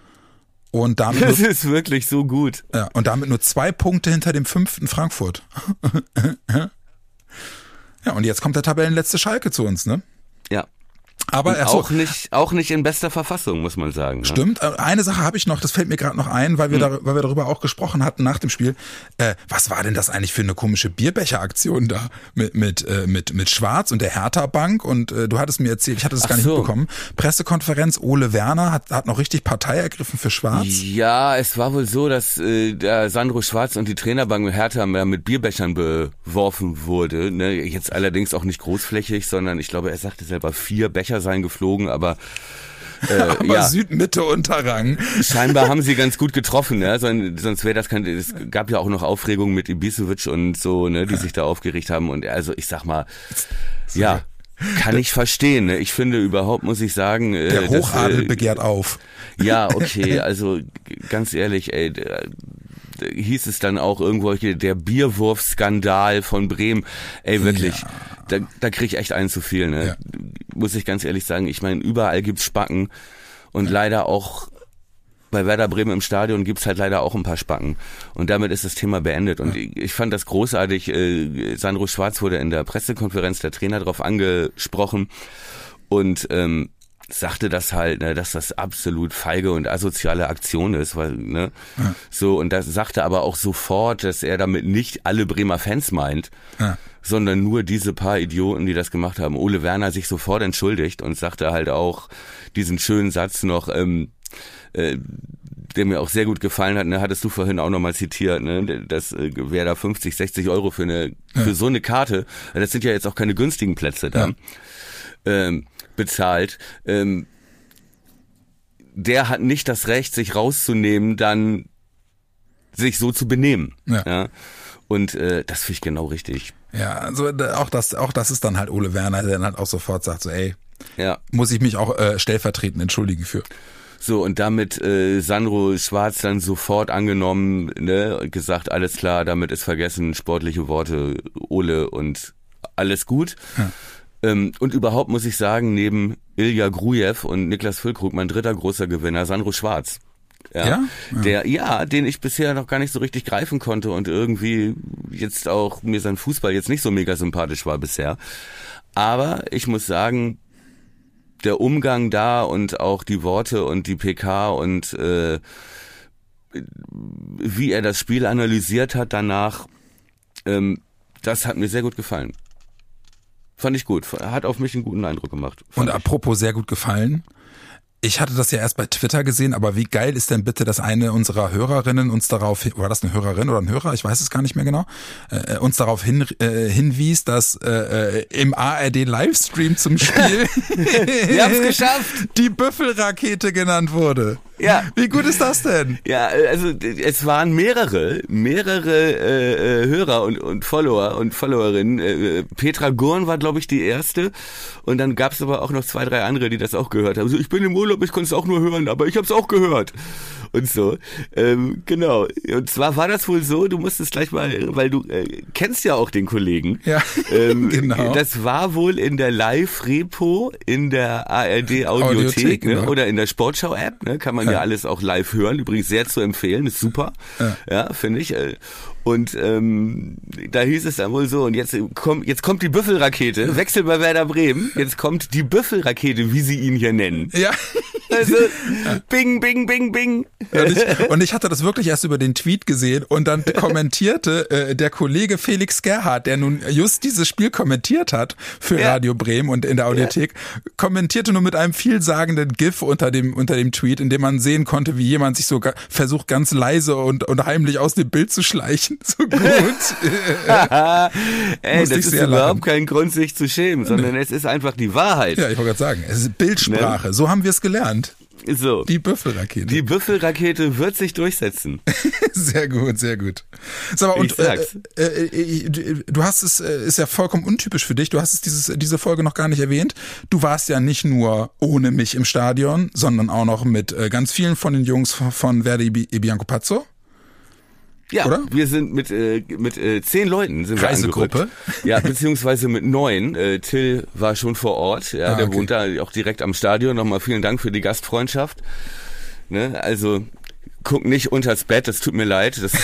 Und damit, Das nur, ist wirklich so gut. ja, und damit nur zwei Punkte hinter dem fünften Frankfurt. Ja, und jetzt kommt der Tabellenletzte Schalke zu uns, ne? Ja. Aber und auch nicht, auch nicht in bester Verfassung, muss man sagen. Stimmt. Ne? Eine Sache habe ich noch, das fällt mir gerade noch ein, weil wir, hm. da, weil wir darüber auch gesprochen hatten nach dem Spiel. Äh, was war denn das eigentlich für eine komische Bierbecher-Aktion da mit mit äh, mit mit Schwarz und der Hertha Bank? Und äh, du hattest mir erzählt, ich hatte das Ach gar nicht so. mitbekommen. Pressekonferenz, Ole Werner hat hat noch richtig Partei ergriffen für Schwarz. Ja, es war wohl so, dass äh, der Sandro Schwarz und die Trainerbank mit Hertha mit Bierbechern beworfen wurde. Ne? Jetzt allerdings auch nicht großflächig, sondern ich glaube, er sagte selber vier Becher seien geflogen, aber äh, aber ja. Süd-Mitte-Unterrang. Scheinbar haben sie ganz gut getroffen, ne? Sonst, sonst wäre das kein. Es gab ja auch noch Aufregung mit Ibisevic und so, ne, die sich da aufgeregt haben. Und also ich sag mal, ja, kann ich verstehen. Ne? Ich finde überhaupt, muss ich sagen, der Hochadel dass, äh, begehrt auf. Ja, okay, also ganz ehrlich, ey. Der, hieß es dann auch irgendwo, der Bierwurfskandal von Bremen. Ey, wirklich, ja. da, da krieg ich echt einen zu viel, ne? Ja. Muss ich ganz ehrlich sagen. Ich meine, überall gibt's Spacken und ja. leider auch bei Werder Bremen im Stadion gibt's halt leider auch ein paar Spacken. Und damit ist das Thema beendet. Und ja. ich, ich fand das großartig. Äh, Sandro Schwarz wurde in der Pressekonferenz der Trainer drauf angesprochen und ähm, sagte das halt, ne, dass das absolut feige und asoziale Aktion ist, weil, ne, ja. so, und das sagte aber auch sofort, dass er damit nicht alle Bremer Fans meint, ja. sondern nur diese paar Idioten, die das gemacht haben. Ole Werner sich sofort entschuldigt und sagte halt auch diesen schönen Satz noch, ähm, äh, der mir auch sehr gut gefallen hat, ne, hattest du vorhin auch nochmal zitiert, ne, dass äh, wer da fünfzig, sechzig Euro für eine, ja. für so eine Karte, das sind ja jetzt auch keine günstigen Plätze da, ja. ähm, bezahlt, ähm, der hat nicht das Recht, sich rauszunehmen, dann sich so zu benehmen. Ja. ja? Und äh, das finde ich genau richtig. Ja, also auch das, auch das ist dann halt Ole Werner, der dann halt auch sofort sagt so, ey, ja. muss ich mich auch äh, stellvertretend entschuldigen für. So, und damit äh, Sandro Schwarz dann sofort angenommen, ne, gesagt, alles klar, damit ist vergessen, sportliche Worte, Ole und alles gut. Ja. Und überhaupt muss ich sagen, neben Ilja Grujew und Niklas Füllkrug mein dritter großer Gewinner, Sandro Schwarz. Ja, ja? ja. Der, ja, den ich bisher noch gar nicht so richtig greifen konnte und irgendwie jetzt auch mir sein Fußball jetzt nicht so mega sympathisch war bisher. Aber ich muss sagen, der Umgang da und auch die Worte und die P K und äh, wie er das Spiel analysiert hat danach, ähm, das hat mir sehr gut gefallen. Fand ich gut. Hat auf mich einen guten Eindruck gemacht. Und apropos sehr gut gefallen. Ich hatte das ja erst bei Twitter gesehen, aber wie geil ist denn bitte, dass eine unserer Hörerinnen uns darauf, war das eine Hörerin oder ein Hörer, ich weiß es gar nicht mehr genau, äh, uns darauf hin, äh, hinwies, dass äh, im A R D-Livestream zum Spiel Wir haben's geschafft. Die Büffelrakete genannt wurde. Ja. Wie gut ist das denn? Ja, also es waren mehrere, mehrere äh, Hörer und, und Follower und Followerinnen. Äh, Petra Gurn war, glaube ich, die erste. Und dann gab es aber auch noch zwei, drei andere, die das auch gehört haben. So, ich bin im Urlaub, ich konnte es auch nur hören, aber ich habe es auch gehört. Und so, ähm, genau. Und zwar war das wohl so, du musstest gleich mal, weil du äh, kennst ja auch den Kollegen. Ja, ähm, genau. Das war wohl in der Live-Repo in der A R D-Audiothek, Audiothek, ne? Genau. Oder in der Sportschau-App, ne? Kann man ja. ja alles auch live hören. Übrigens sehr zu empfehlen, ist super. Ja, ja finde ich. Und ähm, da hieß es dann wohl so, und jetzt kommt jetzt kommt die Büffelrakete, Wechsel bei Werder Bremen, jetzt kommt die Büffelrakete, wie sie ihn hier nennen. Ja. Also, bing, bing, bing, bing. Und ich, und ich hatte das wirklich erst über den Tweet gesehen und dann kommentierte äh, der Kollege Felix Gerhardt, der nun just dieses Spiel kommentiert hat für ja. Radio Bremen und in der Audiothek, ja. kommentierte nur mit einem vielsagenden GIF unter dem unter dem Tweet, in dem man sehen konnte, wie jemand sich so ga, versucht, ganz leise und, und heimlich aus dem Bild zu schleichen. So gut. Ey, das ist überhaupt lachen. Kein Grund, sich zu schämen, sondern nee. es ist einfach die Wahrheit. Ja, ich wollte gerade sagen, es ist Bildsprache. Ne? So haben wir es gelernt. So. Die Büffelrakete. Die Büffelrakete wird sich durchsetzen. Sehr gut, sehr gut. Sag mal, und äh, äh, du hast es, ist ja vollkommen untypisch für dich, du hast es dieses, diese Folge noch gar nicht erwähnt. Du warst ja nicht nur ohne mich im Stadion, sondern auch noch mit äh, ganz vielen von den Jungs von, von Verdi e Bianco Pazzo. Ja, oder? Wir sind mit äh, mit äh, zehn Leuten sind wir Reisegruppe. angerückt. Ja, beziehungsweise mit neun. Äh, Till war schon vor Ort. Ja, ah, der okay. wohnt da auch direkt am Stadion. Nochmal vielen Dank für die Gastfreundschaft. Ne, also Guck nicht unters Bett, das tut mir leid. Das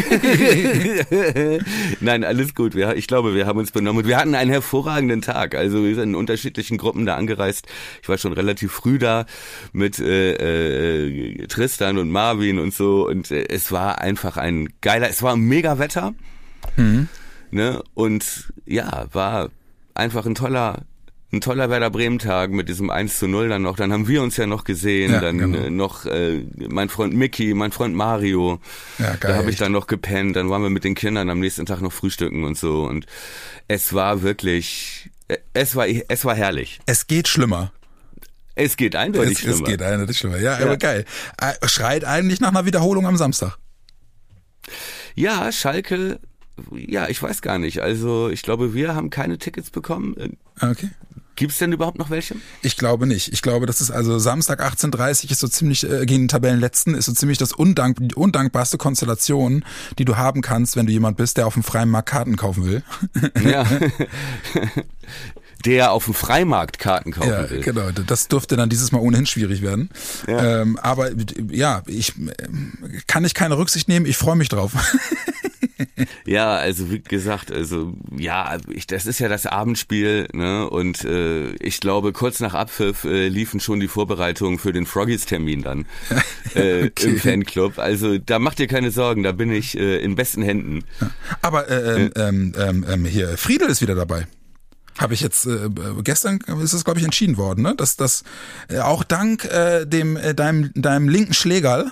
Nein, alles gut. Wir, ich glaube, wir haben uns benommen. Und wir hatten einen hervorragenden Tag. Also wir sind in unterschiedlichen Gruppen da angereist. Ich war schon relativ früh da mit äh, äh, Tristan und Marvin und so. Und äh, es war einfach ein geiler, es war mega Wetter. Mhm. Ne? Und ja, war einfach ein toller Ein toller Werder Bremen-Tag mit diesem eins zu null dann noch. Dann haben wir uns ja noch gesehen. Ja, dann genau. äh, noch äh, mein Freund Mickey, mein Freund Mario. Ja, geil, da habe ich dann noch gepennt. Dann waren wir mit den Kindern am nächsten Tag noch frühstücken und so. Und es war wirklich, äh, es war, es war herrlich. Es geht schlimmer. Es geht eindeutig es, schlimmer. Es geht eindeutig schlimmer. Ja, ja, aber geil. Äh, schreit eigentlich nach einer Wiederholung am Samstag. Ja, Schalke, ja, ich weiß gar nicht. Also ich glaube, wir haben keine Tickets bekommen. Okay. Gibt's denn überhaupt noch welche? Ich glaube nicht. Ich glaube, das ist also Samstag achtzehn Uhr dreißig ist so ziemlich, äh, gegen den Tabellenletzten, ist so ziemlich das undank, die undankbarste Konstellation, die du haben kannst, wenn du jemand bist, der auf dem freien Markt Karten kaufen will. Ja. Der auf dem Freimarkt Karten kaufen ja, will. Genau, das dürfte dann dieses Mal ohnehin schwierig werden. Ja. Ähm, aber ja, ich kann ich keine Rücksicht nehmen, ich freue mich drauf. Ja, also wie gesagt, also ja, ich, das ist ja das Abendspiel, ne? Und äh, ich glaube, kurz nach Abpfiff äh, liefen schon die Vorbereitungen für den Froggies-Termin dann äh, okay. im Fanclub. Also da macht dir keine Sorgen, da bin ich äh, in besten Händen. Aber äh, ähm, ähm, ähm, hier, Friedel ist wieder dabei. Habe ich jetzt äh, gestern ist es glaube ich entschieden worden, ne? Dass das äh, auch dank äh, dem äh, deinem deinem linken Schlägerl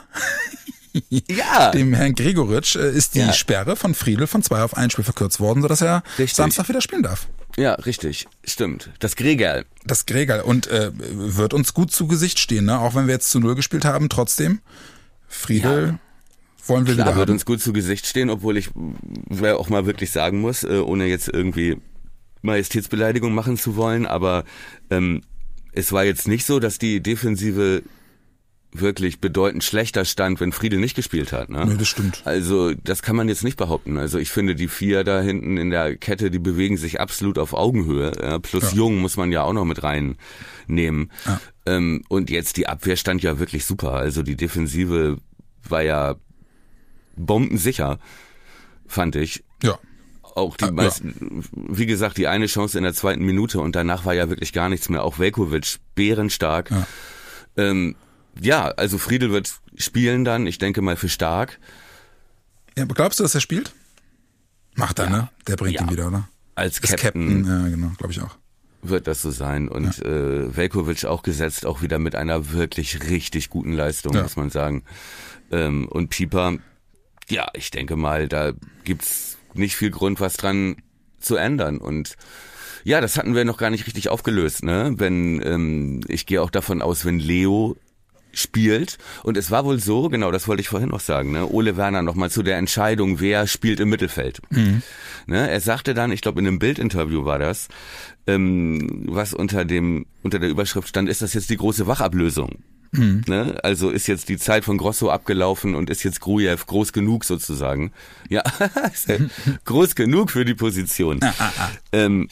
ja. dem Herrn Gregoritsch äh, ist die ja. Sperre von Friedel von zwei auf ein Spiel verkürzt worden, sodass er richtig. Samstag wieder spielen darf. Ja, richtig, stimmt. Das Gregerl. Das Gregerl und äh, wird uns gut zu Gesicht stehen, ne? Auch wenn wir jetzt zu null gespielt haben, trotzdem Friedel ja. wollen wir Klar, wieder wird haben. uns gut zu Gesicht stehen, obwohl ich auch mal wirklich sagen muss, äh, ohne jetzt irgendwie Majestätsbeleidigung machen zu wollen, aber ähm, es war jetzt nicht so, dass die Defensive wirklich bedeutend schlechter stand, wenn Friedel nicht gespielt hat. Ne? Nee, das stimmt. Also das kann man jetzt nicht behaupten. Also ich finde, die vier da hinten in der Kette, die bewegen sich absolut auf Augenhöhe. Ja? Plus ja. Jung muss man ja auch noch mit reinnehmen. Ja. Ähm, und jetzt die Abwehr stand ja wirklich super. Also die Defensive war ja bombensicher, fand ich. Ja. Auch die meisten, ja. wie gesagt, die eine Chance in der zweiten Minute und danach war ja wirklich gar nichts mehr. Auch Veljković, bärenstark. Ja. Ähm, ja, also Friedel wird spielen dann, ich denke mal für Stark. Ja, aber glaubst du, dass er spielt? Macht er, ja. ne? Der bringt ja. ihn wieder, oder? Als Captain, Captain. Ja, genau, glaube ich auch. Wird das so sein. Und ja. äh, Veljković auch gesetzt, auch wieder mit einer wirklich richtig guten Leistung, ja. muss man sagen. Ähm, und Pieper, ja, ich denke mal, da gibt's nicht viel Grund, was dran zu ändern. Und ja, das hatten wir noch gar nicht richtig aufgelöst, ne? Wenn ähm, ich gehe auch davon aus, wenn Leo spielt, und es war wohl so, genau, das wollte ich vorhin noch sagen, ne? Ole Werner nochmal zu der Entscheidung, wer spielt im Mittelfeld. Mhm. Ne? Er sagte dann, ich glaube in einem Bildinterview war das, ähm, was unter dem unter der Überschrift stand, ist das jetzt die große Wachablösung? Mhm. Ne? Also ist jetzt die Zeit von Grosso abgelaufen und ist jetzt Grujew groß genug sozusagen. Ja, ist ja groß genug für die Position. Ah, ah, ah. Ähm,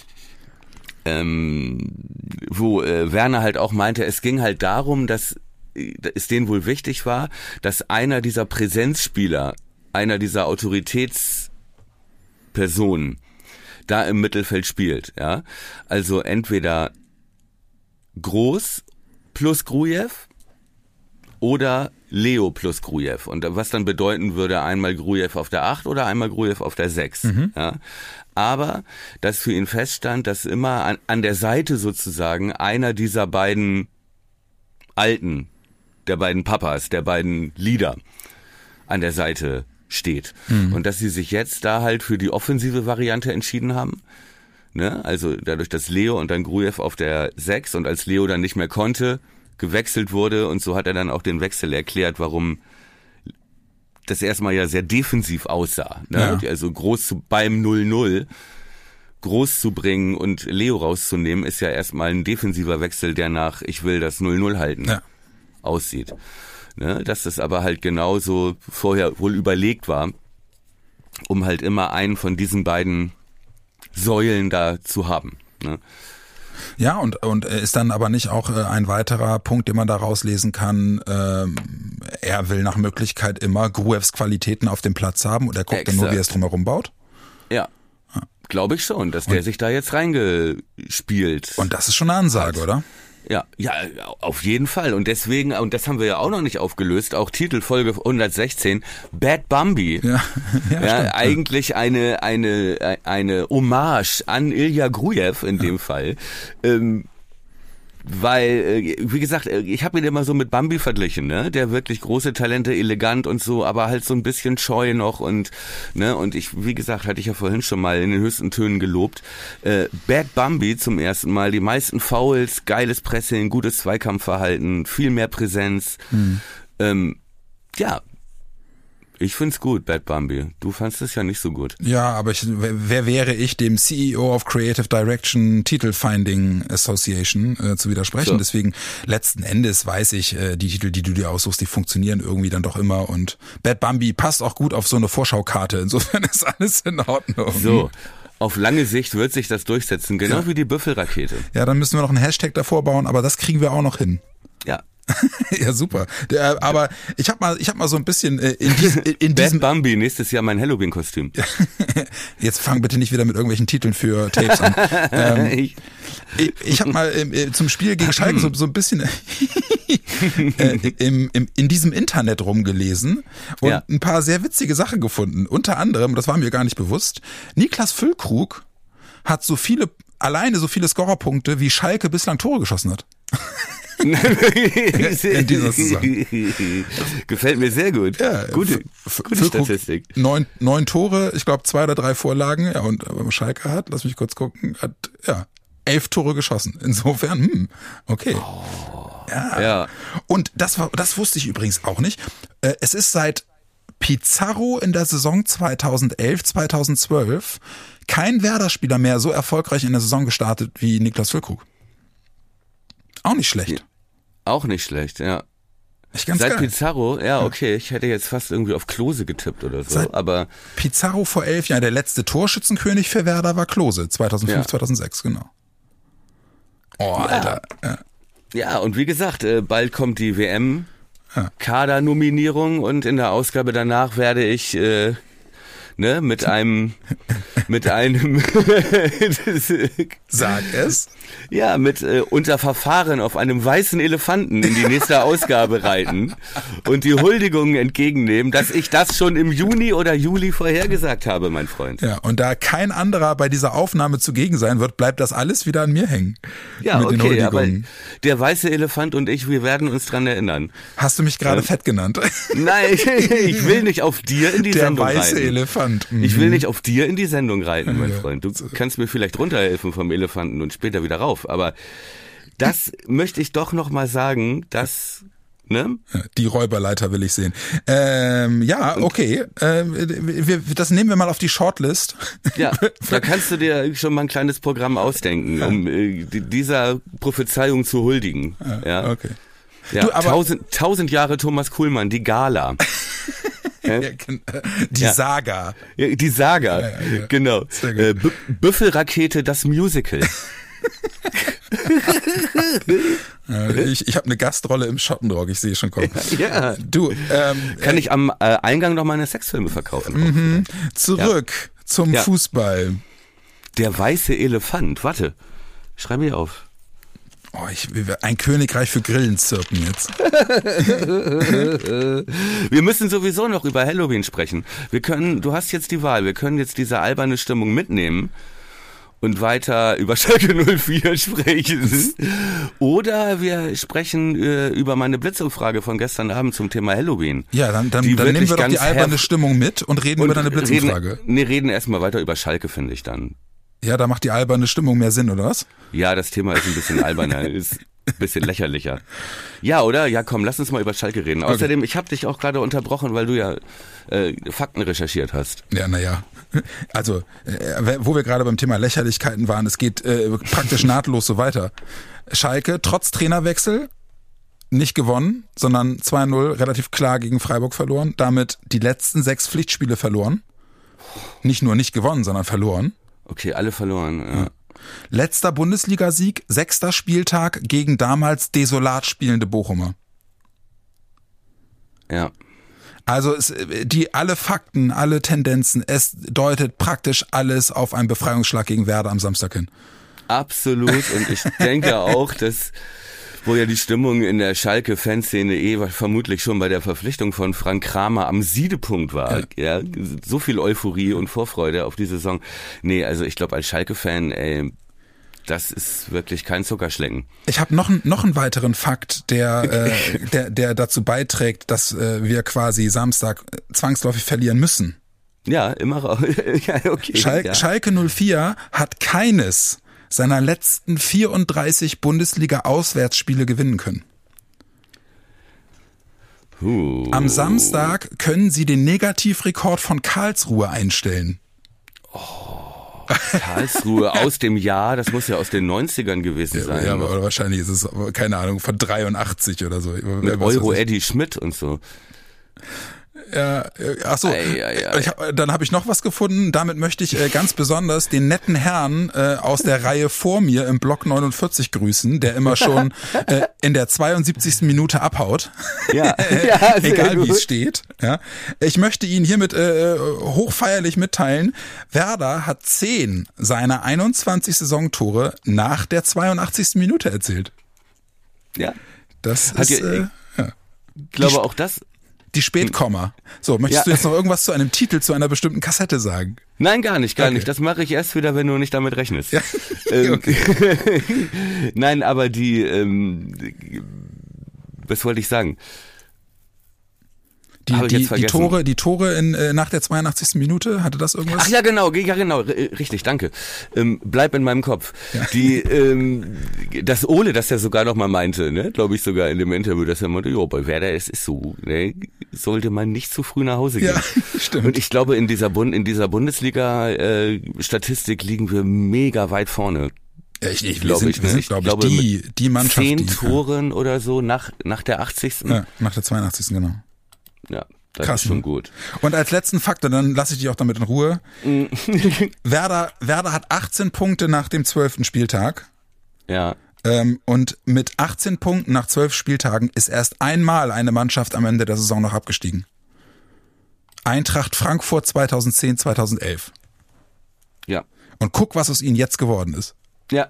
ähm, wo äh, Werner halt auch meinte, es ging halt darum, dass es denen wohl wichtig war, dass einer dieser Präsenzspieler, einer dieser Autoritätspersonen da im Mittelfeld spielt. Ja, also entweder Groß plus Grujew oder Leo plus Grujew. Und was dann bedeuten würde, einmal Grujew auf der acht oder einmal Grujew auf der sechs. Mhm. Ja. Aber dass für ihn feststand, dass immer an, an der Seite sozusagen einer dieser beiden Alten, der beiden Papas, der beiden Leader an der Seite steht. Mhm. Und dass sie sich jetzt da halt für die offensive Variante entschieden haben. Ne? Also dadurch, dass Leo und dann Grujew auf der sechs und als Leo dann nicht mehr konnte, gewechselt wurde und so hat er dann auch den Wechsel erklärt, warum das erstmal ja sehr defensiv aussah. Ne? Ja. Also groß zu, beim null null groß zu bringen und Leo rauszunehmen, ist ja erstmal ein defensiver Wechsel, der nach ich will das null null halten ja. aussieht. Ne? Dass das aber halt genauso vorher wohl überlegt war, um halt immer einen von diesen beiden Säulen da zu haben. Ne? Ja, und, und ist dann aber nicht auch äh, ein weiterer Punkt, den man da rauslesen kann, ähm, er will nach Möglichkeit immer Gruevs Qualitäten auf dem Platz haben und er guckt Exakt. dann nur, wie er es drumherum baut? Ja. Glaube ich schon, dass der und, sich da jetzt reingespielt. Und das ist schon eine Ansage, hat. oder? Ja, ja, auf jeden Fall. Und deswegen, und das haben wir ja auch noch nicht aufgelöst, auch Titelfolge hundertsechzehn, Bad Bambi. Ja, ja, ja stimmt, eigentlich eine, eine, eine Hommage an Ilja Grujew in dem ja. Fall. Ähm, Weil, wie gesagt, ich habe ihn immer so mit Bambi verglichen, ne? Der wirklich große Talente, elegant und so, aber halt so ein bisschen scheu noch und, ne? Und ich, wie gesagt, hatte ich ja vorhin schon mal in den höchsten Tönen gelobt. Äh, Bad Bambi zum ersten Mal, die meisten Fouls, geiles Pressing, gutes Zweikampfverhalten, viel mehr Präsenz. Hm. Ähm, ja. Ich find's gut, Bad Bambi. Du fandst es ja nicht so gut. Ja, aber ich, wer wäre ich, dem C E O of Creative Direction Title Finding Association äh, zu widersprechen? So. Deswegen, letzten Endes weiß ich, äh, die Titel, die du dir aussuchst, die funktionieren irgendwie dann doch immer und Bad Bambi passt auch gut auf so eine Vorschaukarte. Insofern ist alles in Ordnung. So. Auf lange Sicht wird sich das durchsetzen, genau ja. wie die Büffelrakete. Ja, dann müssen wir noch einen Hashtag davor bauen, aber das kriegen wir auch noch hin. Ja. Ja, super. Der, aber ich habe mal, ich habe mal so ein bisschen äh, in, dies, in, in diesem Bad Bambi nächstes Jahr mein Halloween-Kostüm. Jetzt fang bitte nicht wieder mit irgendwelchen Titeln für Tapes an. Ähm, ich ich, ich habe mal äh, zum Spiel gegen Schalke so, so ein bisschen äh, im, im, in diesem Internet rumgelesen und ja. ein paar sehr witzige Sachen gefunden. Unter anderem, das war mir gar nicht bewusst, Niklas Füllkrug hat so viele, alleine so viele Scorerpunkte, wie Schalke bislang Tore geschossen hat. In dieser Saison. Gefällt mir sehr gut. Ja, gute gute Statistik. Neun, neun Tore, ich glaube zwei oder drei Vorlagen. Ja, und Schalke hat, lass mich kurz gucken, hat ja elf Tore geschossen. Insofern, hm, okay. Oh, ja. ja. Und das war, das wusste ich übrigens auch nicht. Es ist seit Pizarro in der Saison zweitausendelf, zweitausendzwölf kein Werder-Spieler mehr so erfolgreich in der Saison gestartet wie Niklas Füllkrug. Auch nicht schlecht. Ja. Auch nicht schlecht, ja. Nicht ganz Seit geil. Pizarro, ja, okay, ich hätte jetzt fast irgendwie auf Klose getippt oder so, Seit aber Pizarro vor elf Jahren, der letzte Torschützenkönig für Werder war Klose, zweitausendfünf, ja. zweitausendsechs, genau. Oh, ja. Alter. Ja. ja, und wie gesagt, bald kommt die W M, ja. Kadernominierung und in der Ausgabe danach werde ich äh, ne, mit einem mit einem Sag es. Ja, mit äh, unter Verfahren auf einem weißen Elefanten in die nächste Ausgabe reiten und die Huldigungen entgegennehmen, dass ich das schon im Juni oder Juli vorhergesagt habe, mein Freund. Ja, und da kein anderer bei dieser Aufnahme zugegen sein wird, bleibt das alles wieder an mir hängen. Ja, mit okay, den aber der weiße Elefant und ich, wir werden uns dran erinnern. Hast du mich gerade ähm, fett genannt? Nein, ich will nicht auf dir in die der Sendung reiten. Der weiße Elefant. Mhm. Ich will nicht auf dir in die Sendung reiten, mein ja. Freund. Du kannst mir vielleicht runterhelfen vom Elefanten und später wieder rauf, aber das möchte ich doch noch mal sagen, dass ne? Die Räuberleiter will ich sehen. Ähm, ja, okay. Ähm, wir, das nehmen wir mal auf die Shortlist. Ja, da kannst du dir schon mal ein kleines Programm ausdenken, ja. um äh, dieser Prophezeiung zu huldigen. Ja, ja. Okay. Ja, du, aber tausend, tausend Jahre Thomas Kuhlmann, die Gala. Ja, die ja. Saga. Ja, die Saga, ja, ja, ja. Genau. Äh, B- Büffelrakete, das Musical. ich ich habe eine Gastrolle im Schottenrock, ich sehe schon kommen. Ja. Du, ähm, Kann ich am äh, Eingang noch meine Sexfilme verkaufen? Mhm. Zurück ja. zum ja. Fußball. Der weiße Elefant, warte, schreibe ich auf. Oh, ich, ein Königreich für Grillenzirpen jetzt. Wir müssen sowieso noch über Halloween sprechen. Wir können, du hast jetzt die Wahl, wir können jetzt diese alberne Stimmung mitnehmen und weiter über Schalke null vier sprechen. Oder wir sprechen äh, über meine Blitzumfrage von gestern Abend zum Thema Halloween. Ja, dann, dann, dann nehmen wir doch die alberne Stimmung mit und reden und über deine Blitzumfrage. Reden, nee, reden erstmal weiter über Schalke, finde ich dann. Ja, da macht die alberne Stimmung mehr Sinn, oder was? Ja, das Thema ist ein bisschen alberner, ist ein bisschen lächerlicher. Ja, oder? Ja, komm, lass uns mal über Schalke reden. Okay. Außerdem, ich habe dich auch gerade unterbrochen, weil du ja äh, Fakten recherchiert hast. Ja, naja. Also, äh, wo wir gerade beim Thema Lächerlichkeiten waren, es geht äh, praktisch nahtlos so weiter. Schalke, trotz Trainerwechsel, nicht gewonnen, sondern zwei null relativ klar gegen Freiburg verloren. Damit die letzten sechs Pflichtspiele verloren. Nicht nur nicht gewonnen, sondern verloren. Okay, alle verloren. Ja. Letzter Bundesligasieg, sechster Spieltag gegen damals desolat spielende Bochumer. Ja. Also es, die alle Fakten, alle Tendenzen, es deutet praktisch alles auf einen Befreiungsschlag gegen Werder am Samstag hin. Absolut. Und ich denke auch, dass, wo ja die Stimmung in der Schalke-Fanszene eh vermutlich schon bei der Verpflichtung von Frank Kramer am Siedepunkt war. Ja, ja, so viel Euphorie und Vorfreude auf die Saison. Nee, also ich glaube als Schalke-Fan, ey, das ist wirklich kein Zuckerschlecken. Ich habe noch, noch einen weiteren Fakt, der, äh, der, der dazu beiträgt, dass äh, wir quasi Samstag zwangsläufig verlieren müssen. Ja, immer raus. Ja, okay. Schalke, ja. Schalke null vier hat keines seiner letzten vierunddreißig Bundesliga-Auswärtsspiele gewinnen können. Uh. Am Samstag können sie den Negativrekord von Karlsruhe einstellen. Oh. Karlsruhe aus dem Jahr, das muss ja aus den neunzigern gewesen sein. Ja, aber wahrscheinlich ist es, keine Ahnung, von dreiundachtzig oder so. Mit Euro Eddie Schmidt und so. Ja, ach so, ei, ei, ei. Ich hab, dann habe ich noch was gefunden. Damit möchte ich äh, ganz besonders den netten Herrn äh, aus der Reihe vor mir im Block neunundvierzig grüßen, der immer schon äh, in der zweiundsiebzigsten Minute abhaut. Ja, ja egal wie es steht. Ja, ich möchte Ihnen hiermit äh, hochfeierlich mitteilen: Werder hat zehn seiner einundzwanzig Saisontore nach der zweiundachtzigsten Minute erzielt. Ja, das hat ist. Ihr, äh, ja. Ich glaube auch das. Die Spätkomma. So, möchtest ja. du jetzt noch irgendwas zu einem Titel, zu einer bestimmten Kassette sagen? Nein, gar nicht, gar okay. nicht. Das mache ich erst wieder, wenn du nicht damit rechnest. Ja. ähm, okay. Nein, aber die, ähm, was wollte ich sagen? Die, die, die Tore, die Tore in, äh, nach der zweiundachtzigsten Minute, hatte das irgendwas? Ach ja, genau, ja genau, richtig, danke. Ähm, bleib in meinem Kopf. Ja. Die, ähm, das Ole, das er sogar noch mal meinte, ne, glaube ich sogar in dem Interview, dass er meinte, jo, bei Werder es ist so, ne, sollte man nicht zu früh nach Hause gehen. Ja, stimmt. Und ich glaube, in dieser Bund, in dieser Bundesliga-Statistik äh, liegen wir mega weit vorne. Ich, ich glaube, ich, ne? ich, glaube, ich, die, die Mannschaft, zehn die, Toren ja. oder so nach nach der achtzigsten Ja, nach der zweiundachtzigsten genau. Ja, das Krass, ist schon ne? gut. Und als letzten Faktor, dann lasse ich dich auch damit in Ruhe. Werder, Werder hat achtzehn Punkte nach dem zwölften Spieltag. Ja. Ähm, und mit achtzehn Punkten nach zwölf Spieltagen ist erst einmal eine Mannschaft am Ende der Saison noch abgestiegen. Eintracht Frankfurt zweitausendzehn, zweitausendelf. Ja. Und guck, was aus ihnen jetzt geworden ist. Ja.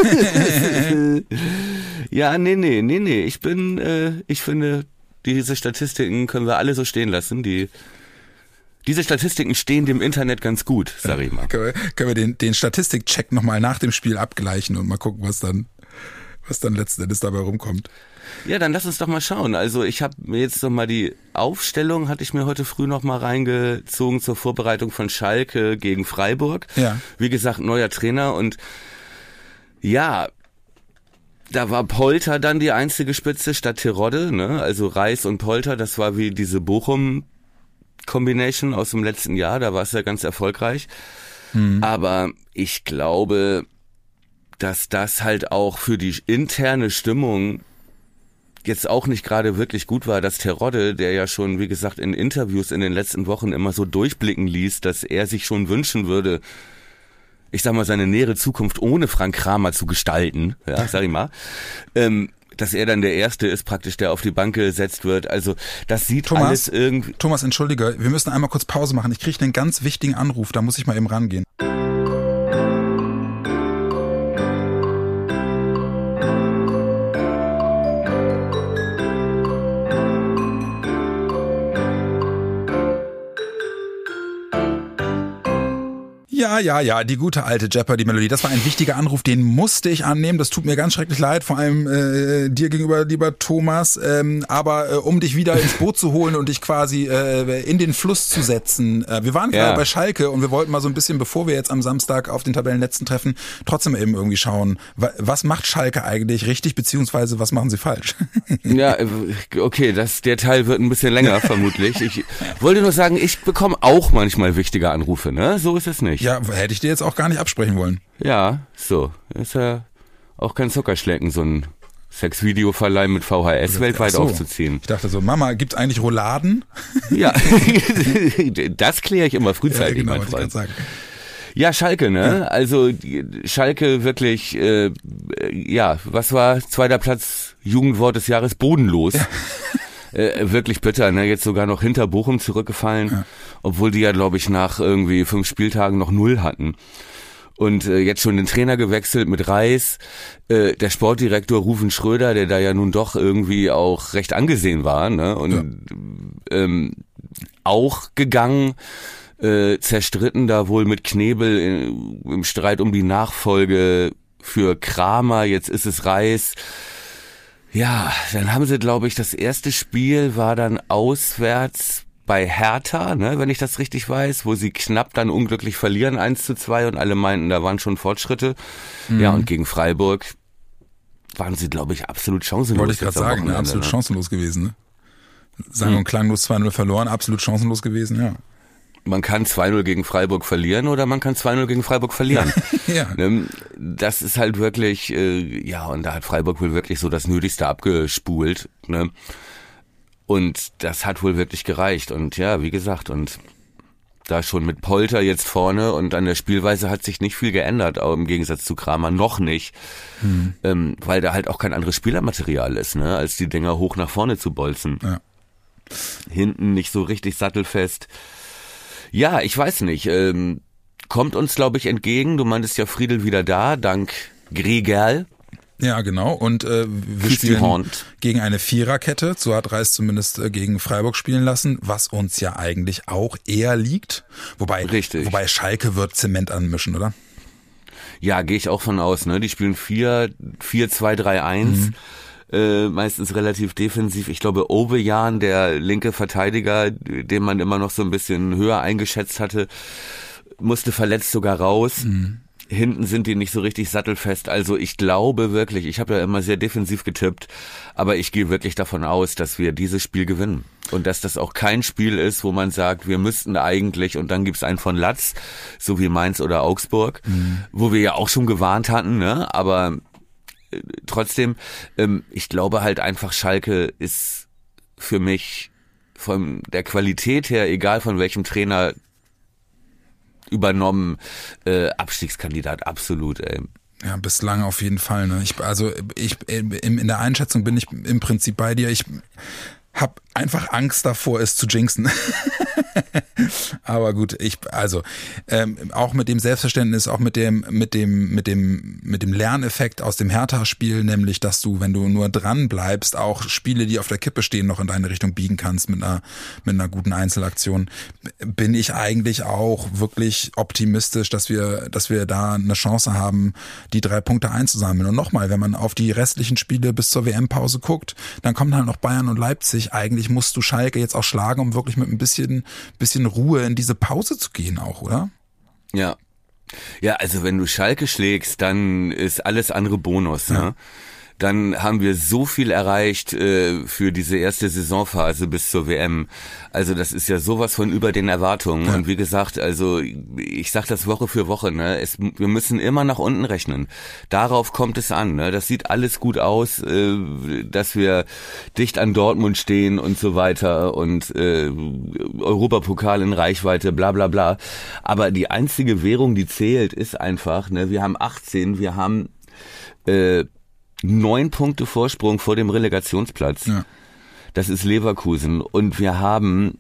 Ja, nee, nee, nee, nee. Ich bin, äh, ich finde, diese Statistiken können wir alle so stehen lassen. Die, diese Statistiken stehen dem Internet ganz gut, sag ich mal. Können wir, können wir den, den Statistikcheck nochmal nach dem Spiel abgleichen und mal gucken, was dann, was dann letzten Endes dabei rumkommt. Ja, dann lass uns doch mal schauen. Also ich habe mir jetzt noch mal die Aufstellung, hatte ich mir heute früh noch mal reingezogen zur Vorbereitung von Schalke gegen Freiburg. Ja. Wie gesagt, neuer Trainer und ja, da war Polter dann die einzige Spitze statt Terodde, ne? Also Reis und Polter, das war wie diese Bochum-Combination aus dem letzten Jahr, da war es ja ganz erfolgreich. Mhm. Aber ich glaube, dass das halt auch für die interne Stimmung jetzt auch nicht gerade wirklich gut war, dass Terodde, der ja schon, wie gesagt, in Interviews in den letzten Wochen immer so durchblicken ließ, dass er sich schon wünschen würde, ich sag mal, seine nähere Zukunft ohne Frank Kramer zu gestalten, ja, sag ich mal, ähm, dass er dann der Erste ist, praktisch, der auf die Bank gesetzt wird. Also das sieht Thomas, alles irgendwie... Thomas, entschuldige, wir müssen einmal kurz Pause machen. Ich kriege einen ganz wichtigen Anruf, da muss ich mal eben rangehen. Ja, ja, ja, die gute alte Jeopardy-Melodie. Das war ein wichtiger Anruf, den musste ich annehmen. Das tut mir ganz schrecklich leid, vor allem äh, dir gegenüber, lieber Thomas. Ähm, aber äh, um dich wieder ins Boot zu holen und dich quasi äh, in den Fluss zu setzen. Äh, wir waren gerade ja. bei Schalke und wir wollten mal so ein bisschen, bevor wir jetzt am Samstag auf den Tabellenletzten treffen, trotzdem eben irgendwie schauen, was macht Schalke eigentlich richtig, beziehungsweise was machen sie falsch? Ja, okay, das, der Teil wird ein bisschen länger vermutlich. Ich wollte nur sagen, ich bekomme auch manchmal wichtige Anrufe, ne? So ist es nicht. Ja, hätte ich dir jetzt auch gar nicht absprechen wollen. Ja, so. Ist ja auch kein Zuckerschlecken, so ein Sexvideoverleih mit V H S weltweit so. aufzuziehen. Ich dachte so, Mama, gibt's eigentlich Rouladen? Ja, das kläre ich immer frühzeitig, ja, genau, mein Freund. Sagen. Ja, Schalke, ne? Ja. Also Schalke wirklich, äh, ja, was war zweiter Platz, Jugendwort des Jahres, bodenlos. Ja. Äh, wirklich bitter, ne? Jetzt sogar noch hinter Bochum zurückgefallen, ja. Obwohl die ja, glaube ich, nach irgendwie fünf Spieltagen noch null hatten. Und äh, jetzt schon den Trainer gewechselt mit Reis, äh, der Sportdirektor Ruven Schröder, der da ja nun doch irgendwie auch recht angesehen war, ne? Und ja. ähm, auch gegangen. Äh, zerstritten da wohl mit Knebel in, im Streit um die Nachfolge für Kramer, jetzt ist es Reis. Ja, dann haben sie, glaube ich, das erste Spiel war dann auswärts bei Hertha, ne, wenn ich das richtig weiß, wo sie knapp dann unglücklich verlieren, eins zu zwei, und alle meinten, da waren schon Fortschritte. Mhm. Ja, und gegen Freiburg waren sie, glaube ich, absolut chancenlos. Wollte ich gerade sagen, ne, absolut ne? chancenlos gewesen, ne? Sagen mhm. und klanglos zwei null verloren, absolut chancenlos gewesen, ja. Man kann zwei null gegen Freiburg verlieren oder man kann zwei null gegen Freiburg verlieren. Ja. Das ist halt wirklich, äh, ja, und da hat Freiburg wohl wirklich so das Nötigste abgespult, ne? Und das hat wohl wirklich gereicht. Und ja, wie gesagt, und da schon mit Polter jetzt vorne, und an der Spielweise hat sich nicht viel geändert, auch im Gegensatz zu Kramer noch nicht, hm. ähm, weil da halt auch kein anderes Spielermaterial ist, ne, als die Dinger hoch nach vorne zu bolzen. Ja. Hinten nicht so richtig sattelfest. Ja, ich weiß nicht. Ähm, kommt uns, glaube ich, entgegen. Du meintest ja Friedel wieder da, dank Gregerl. Ja, genau. Und äh, wir spielen gegen eine Viererkette. So hat Reis zumindest äh, gegen Freiburg spielen lassen, was uns ja eigentlich auch eher liegt. Wobei, Richtig. wobei Schalke wird Zement anmischen, oder? Ja, gehe ich auch von aus. Ne, die spielen vier zwei drei eins. Mhm. Äh, meistens relativ defensiv. Ich glaube, Ovejan, der linke Verteidiger, den man immer noch so ein bisschen höher eingeschätzt hatte, musste verletzt sogar raus. Mhm. Hinten sind die nicht so richtig sattelfest. Also ich glaube wirklich, ich habe ja immer sehr defensiv getippt, aber ich gehe wirklich davon aus, dass wir dieses Spiel gewinnen. Und dass das auch kein Spiel ist, wo man sagt, wir müssten eigentlich, und dann gibt's einen von Latz, so wie Mainz oder Augsburg, mhm. wo wir ja auch schon gewarnt hatten, ne? Aber trotzdem, ähm, ich glaube halt einfach, Schalke ist für mich von der Qualität her, egal von welchem Trainer übernommen, äh, Abstiegskandidat, absolut, ey. Ja, bislang auf jeden Fall, ne? Ich, also ich in der Einschätzung bin ich im Prinzip bei dir. Ich hab einfach Angst davor, es zu jinxen. Aber gut, ich also ähm, auch mit dem Selbstverständnis, auch mit dem mit dem mit dem mit dem Lerneffekt aus dem Hertha-Spiel, nämlich, dass du, wenn du nur dran bleibst, auch Spiele, die auf der Kippe stehen, noch in deine Richtung biegen kannst mit einer mit einer guten Einzelaktion, bin ich eigentlich auch wirklich optimistisch, dass wir dass wir da eine Chance haben, die drei Punkte einzusammeln. Und nochmal, wenn man auf die restlichen Spiele bis zur W M-Pause guckt, dann kommen halt noch Bayern und Leipzig. Eigentlich musst du Schalke jetzt auch schlagen, um wirklich mit ein bisschen bisschen Ruhe in diese Pause zu gehen auch, oder? Ja. Ja, also wenn du Schalke schlägst, dann ist alles andere Bonus, ne? Ja. Dann haben wir so viel erreicht äh, für diese erste Saisonphase bis zur W M. Also das ist ja sowas von über den Erwartungen. Ja. Und wie gesagt, also ich sag das Woche für Woche, ne? Es, wir müssen immer nach unten rechnen. Darauf kommt es an, ne? Das sieht alles gut aus, äh, dass wir dicht an Dortmund stehen und so weiter und äh, Europapokal in Reichweite, bla bla bla. Aber die einzige Währung, die zählt, ist einfach, ne? Wir haben achtzehn, wir haben äh, neun Punkte Vorsprung vor dem Relegationsplatz. Ja. Das ist Leverkusen. Und wir haben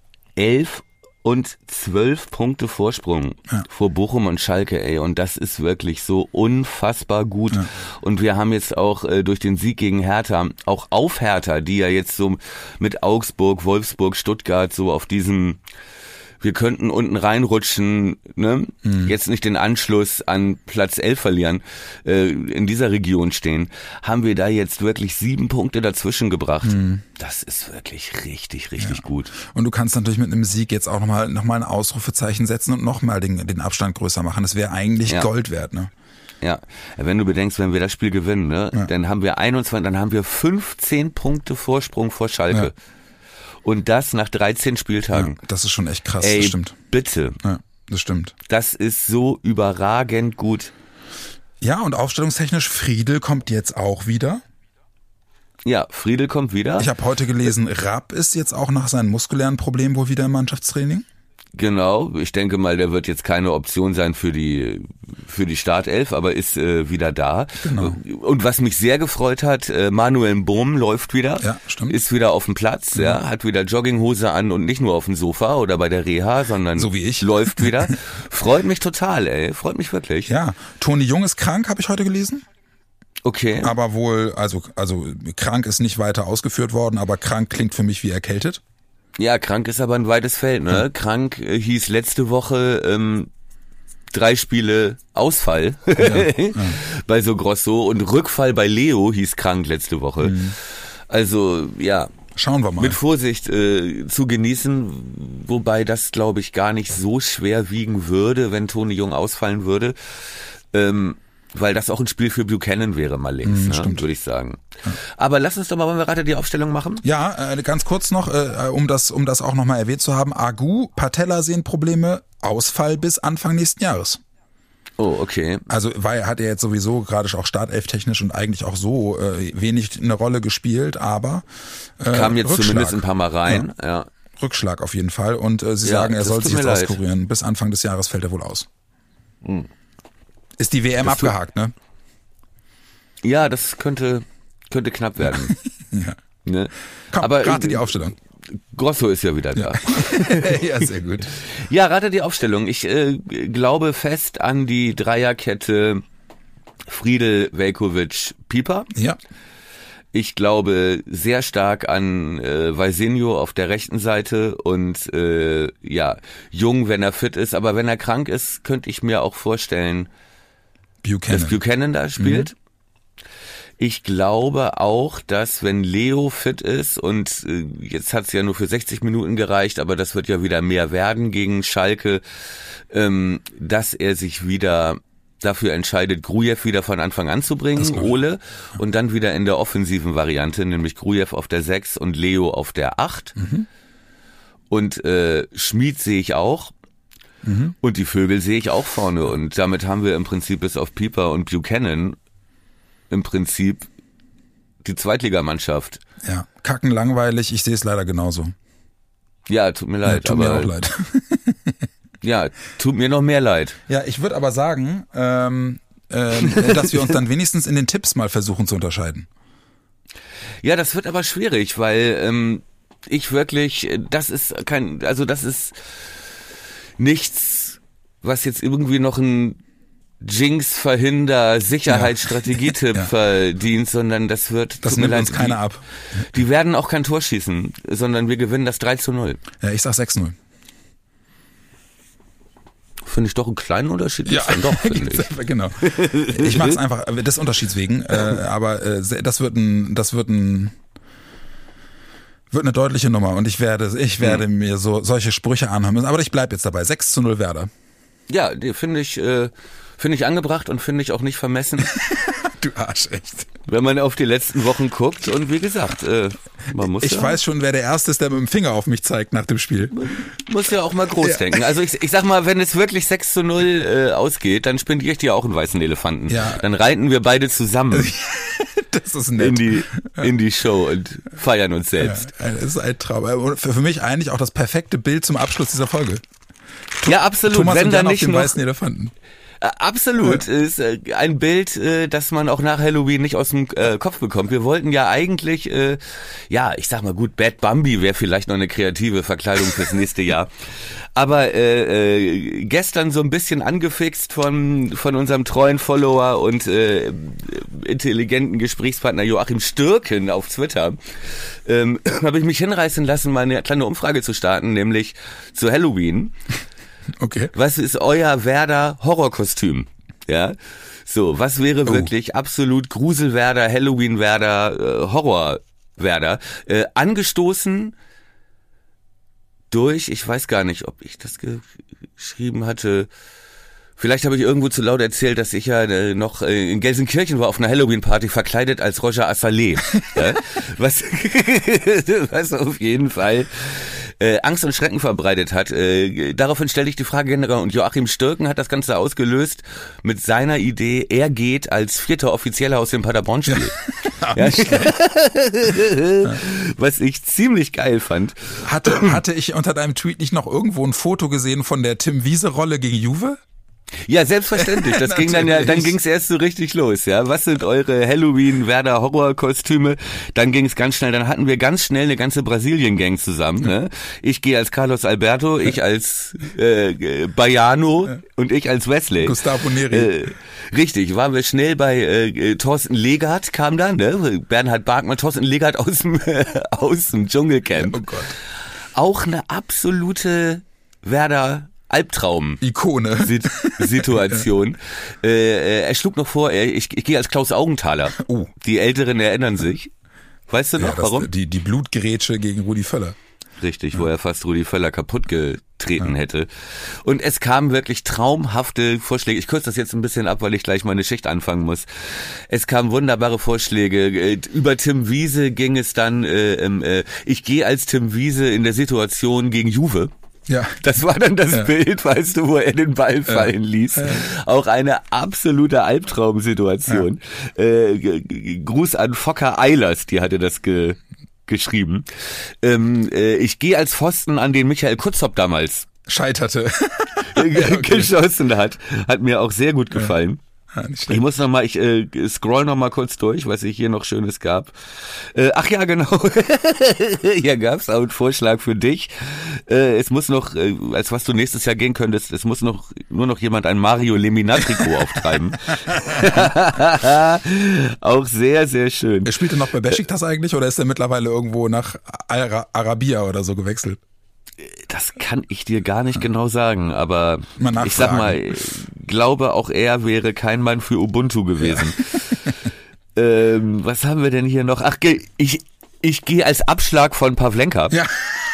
elf und zwölf Punkte Vorsprung ja. vor Bochum und Schalke, ey. Und das ist wirklich so unfassbar gut. Ja. Und wir haben jetzt auch äh, durch den Sieg gegen Hertha, auch auf Hertha, die ja jetzt so mit Augsburg, Wolfsburg, Stuttgart so auf diesem, wir könnten unten reinrutschen, ne? Mhm. Jetzt nicht den Anschluss an Platz elf verlieren, äh, in dieser Region stehen, haben wir da jetzt wirklich sieben Punkte dazwischen gebracht. Mhm. Das ist wirklich richtig, richtig ja. gut. Und du kannst natürlich mit einem Sieg jetzt auch nochmal noch mal ein Ausrufezeichen setzen und nochmal den, den Abstand größer machen. Das wäre eigentlich ja. Gold wert, ne? Ja, wenn du bedenkst, wenn wir das Spiel gewinnen, ne, ja. dann haben wir einundzwanzig, dann haben wir fünfzehn Punkte Vorsprung vor Schalke. Ja. Und das nach dreizehn Spieltagen. Ja, das ist schon echt krass, Ey, das stimmt. Bitte. Ja, das stimmt. Das ist so überragend gut. Ja, und aufstellungstechnisch, Friedel kommt jetzt auch wieder. Ja, Friedel kommt wieder. Ich habe heute gelesen, Rapp ist jetzt auch nach seinen muskulären Problemen wohl wieder im Mannschaftstraining. Genau, ich denke mal, der wird jetzt keine Option sein für die für die Startelf, aber ist äh, wieder da. Genau. Und was mich sehr gefreut hat, äh, Manuel Bohm läuft wieder, ja, stimmt. ist wieder auf dem Platz, mhm. ja, hat wieder Jogginghose an und nicht nur auf dem Sofa oder bei der Reha, sondern so wie ich. läuft wieder. Freut mich total, ey, freut mich wirklich. Ja, Toni Jung ist krank, habe ich heute gelesen. Okay. Aber wohl, also also krank ist nicht weiter ausgeführt worden, aber krank klingt für mich wie erkältet. Ja, krank ist aber ein weites Feld, ne? Ja. Krank äh, hieß letzte Woche ähm, drei Spiele Ausfall ja, ja. bei so Grosso und Rückfall bei Leo hieß krank letzte Woche. Mhm. Also, ja. Schauen wir mal. Mit Vorsicht äh, zu genießen, wobei das, glaube ich, gar nicht so schwer wiegen würde, wenn Toni Jung ausfallen würde. Ähm, Weil das auch ein Spiel für Buchanan wäre, mal links, mm, ne, würde ich sagen. Ja. Aber lass uns doch mal, wollen wir gerade die Aufstellung machen? Ja, äh, ganz kurz noch, äh, um das um das auch nochmal erwähnt zu haben. Agu, Patellasehnenprobleme, Ausfall bis Anfang nächsten Jahres. Oh, okay. Also weil hat er jetzt sowieso gerade auch startelftechnisch und eigentlich auch so äh, wenig eine Rolle gespielt, aber äh, kam jetzt Rückschlag. Zumindest ein paar Mal rein. Ja. ja. Rückschlag auf jeden Fall und äh, sie ja, sagen, er soll sich jetzt leid. auskurieren. Bis Anfang des Jahres fällt er wohl aus. Hm. Ist die W M das abgehakt, ne? Ja, das könnte könnte knapp werden. ja. Ne? Komm, aber rate die Aufstellung. Grosso ist ja wieder da. Ja, ja sehr gut. Ja, rate die Aufstellung. Ich äh, glaube fest an die Dreierkette Friedel, Veljkovic, Pieper. Ja. Ich glaube sehr stark an äh, Weisinho auf der rechten Seite und äh, ja, Jung, wenn er fit ist. Aber wenn er krank ist, könnte ich mir auch vorstellen, Buchanan. dass Buchanan da spielt. Mhm. Ich glaube auch, dass wenn Leo fit ist und äh, jetzt hat es ja nur für sechzig Minuten gereicht, aber das wird ja wieder mehr werden gegen Schalke, ähm, dass er sich wieder dafür entscheidet, Grujew wieder von Anfang an zu bringen, Ole, und dann wieder in der offensiven Variante, nämlich Grujew auf der sechs und Leo auf der acht. Mhm. Und äh, Schmid sehe ich auch. Mhm. Und die Vögel sehe ich auch vorne. Und damit haben wir im Prinzip bis auf Pieper und Buchanan im Prinzip die Zweitligamannschaft. Ja, kacken langweilig, ich sehe es leider genauso. Ja, tut mir leid. Ja, tut aber mir auch leid. Ja, tut mir noch mehr leid. Ja, ich würde aber sagen, ähm, ähm, dass wir uns dann wenigstens in den Tipps mal versuchen zu unterscheiden. Ja, das wird aber schwierig, weil ähm, ich wirklich, das ist kein, also das ist nichts, was jetzt irgendwie noch ein Jinx, Verhinder, Sicherheitsstrategietipp ja. verdient, sondern das wird, das nimmt uns keiner ab. Die werden auch kein Tor schießen, sondern wir gewinnen das drei zu null. Ja, ich sag sechs null. Finde ich doch einen kleinen Unterschied. Ja, dann doch, finde ich. Genau. Ich mache es einfach des Unterschieds wegen, äh, aber äh, das wird ein, das wird ein, wird eine deutliche Nummer und ich werde, ich werde hm. mir so solche Sprüche anhören müssen. Aber ich bleib jetzt dabei. sechs zu null Werder. Ja, die finde ich, äh, finde ich angebracht und finde ich auch nicht vermessen. Du Arsch, echt. Wenn man auf die letzten Wochen guckt und wie gesagt, äh, man muss Ich ja, weiß schon, wer der Erste ist, der mit dem Finger auf mich zeigt nach dem Spiel. Man muss ja auch mal groß ja. denken. Also ich, ich sag mal, wenn es wirklich sechs zu null äh, ausgeht, dann spendiere ich dir auch einen weißen Elefanten. Ja. Dann reiten wir beide zusammen das ist nett. in die in die Show und feiern uns selbst. Ja, das ist ein Traum. Für, für mich eigentlich auch das perfekte Bild zum Abschluss dieser Folge. Ja, absolut. Thomas wenn und da Jan nicht auf den noch weißen Elefanten. Absolut, ja. Ist äh, ein Bild, äh, das man auch nach Halloween nicht aus dem äh, Kopf bekommt. Wir wollten ja eigentlich, äh, ja, ich sag mal gut, Bad Bambi wäre vielleicht noch eine kreative Verkleidung fürs nächste Jahr. Aber äh, äh, gestern so ein bisschen angefixt von von unserem treuen Follower und äh, intelligenten Gesprächspartner Joachim Stürken auf Twitter, ähm, habe ich mich hinreißen lassen, mal eine kleine Umfrage zu starten, nämlich zu Halloween. Okay. Was ist euer Werder-Horrorkostüm? Ja, so, was wäre oh. wirklich absolut Grusel-Werder, Halloween-Werder, äh, Horror-Werder? Äh, angestoßen durch, ich weiß gar nicht, ob ich das ge- geschrieben hatte. Vielleicht habe ich irgendwo zu laut erzählt, dass ich ja äh, noch äh, in Gelsenkirchen war auf einer Halloween-Party verkleidet als Roger Assalé. Ja? Was, was auf jeden Fall Äh, Angst und Schrecken verbreitet hat. Äh, daraufhin stelle ich die Frage generell und Joachim Stürken hat das Ganze ausgelöst mit seiner Idee, er geht als vierter Offizieller aus dem Paderborn-Spiel. Ja. Ja. Was ich ziemlich geil fand. Hatte, hatte ich unter deinem Tweet nicht noch irgendwo ein Foto gesehen von der Tim Wiese-Rolle gegen Juve? Ja, selbstverständlich. Das ging dann ja, dann ging's erst so richtig los, ja. Was sind eure Halloween-Werder-Horror-Kostüme? Dann ging's ganz schnell, dann hatten wir ganz schnell eine ganze Brasilien-Gang zusammen, ne? Ich gehe als Carlos Alberto, ich als äh, Baiano und ich als Wesley. Gustavo Neri. Äh, richtig, waren wir schnell bei äh, Thorsten Legard, kam dann, ne? Bernhard Barkmann, Thorsten Legard aus dem, äh, aus dem Dschungelcamp. Oh Gott. Auch eine absolute Werder Albtraum. Ikone. Situation. äh, äh, er schlug noch vor, er, ich, ich gehe als Klaus Augenthaler. Oh. Die Älteren erinnern sich. Weißt du noch, ja, das, warum? Die, die Blutgrätsche gegen Rudi Völler. Richtig, ja. Wo er fast Rudi Völler kaputt getreten ja. hätte. Und es kamen wirklich traumhafte Vorschläge. Ich kürze das jetzt ein bisschen ab, weil ich gleich meine Schicht anfangen muss. Es kamen wunderbare Vorschläge. Über Tim Wiese ging es dann, äh, äh, ich gehe als Tim Wiese in der Situation gegen Juve. Ja. Das war dann das ja. Bild, weißt du, wo er den Ball fallen ja. ließ. Ja. Auch eine absolute Albtraumsituation. Ja. Äh, Gruß an Fokker Eilers, die hatte das ge geschrieben. Ähm, äh, ich gehe als Pfosten, an den Michael Kutzop damals scheiterte. okay. geschossen hat. Hat mir auch sehr gut gefallen. Ja, ich muss noch mal, ich äh, scroll noch mal kurz durch, was ich hier noch Schönes gab. Äh, ach ja, genau. Hier gab's auch einen Vorschlag für dich. Äh, es muss noch, äh, als was du nächstes Jahr gehen könntest, es muss noch nur noch jemand ein Mario Lemina-Trikot auftreiben. Auch sehr, sehr schön. Er spielte noch bei Beşiktaş eigentlich oder ist er mittlerweile irgendwo nach Ara- Arabia oder so gewechselt? Das kann ich dir gar nicht genau sagen, aber mal ich sag mal, glaube auch er wäre kein Mann für Ubuntu gewesen. Ja. ähm, was haben wir denn hier noch? Ach, ich, ich gehe als Abschlag von Pavlenka. Ja.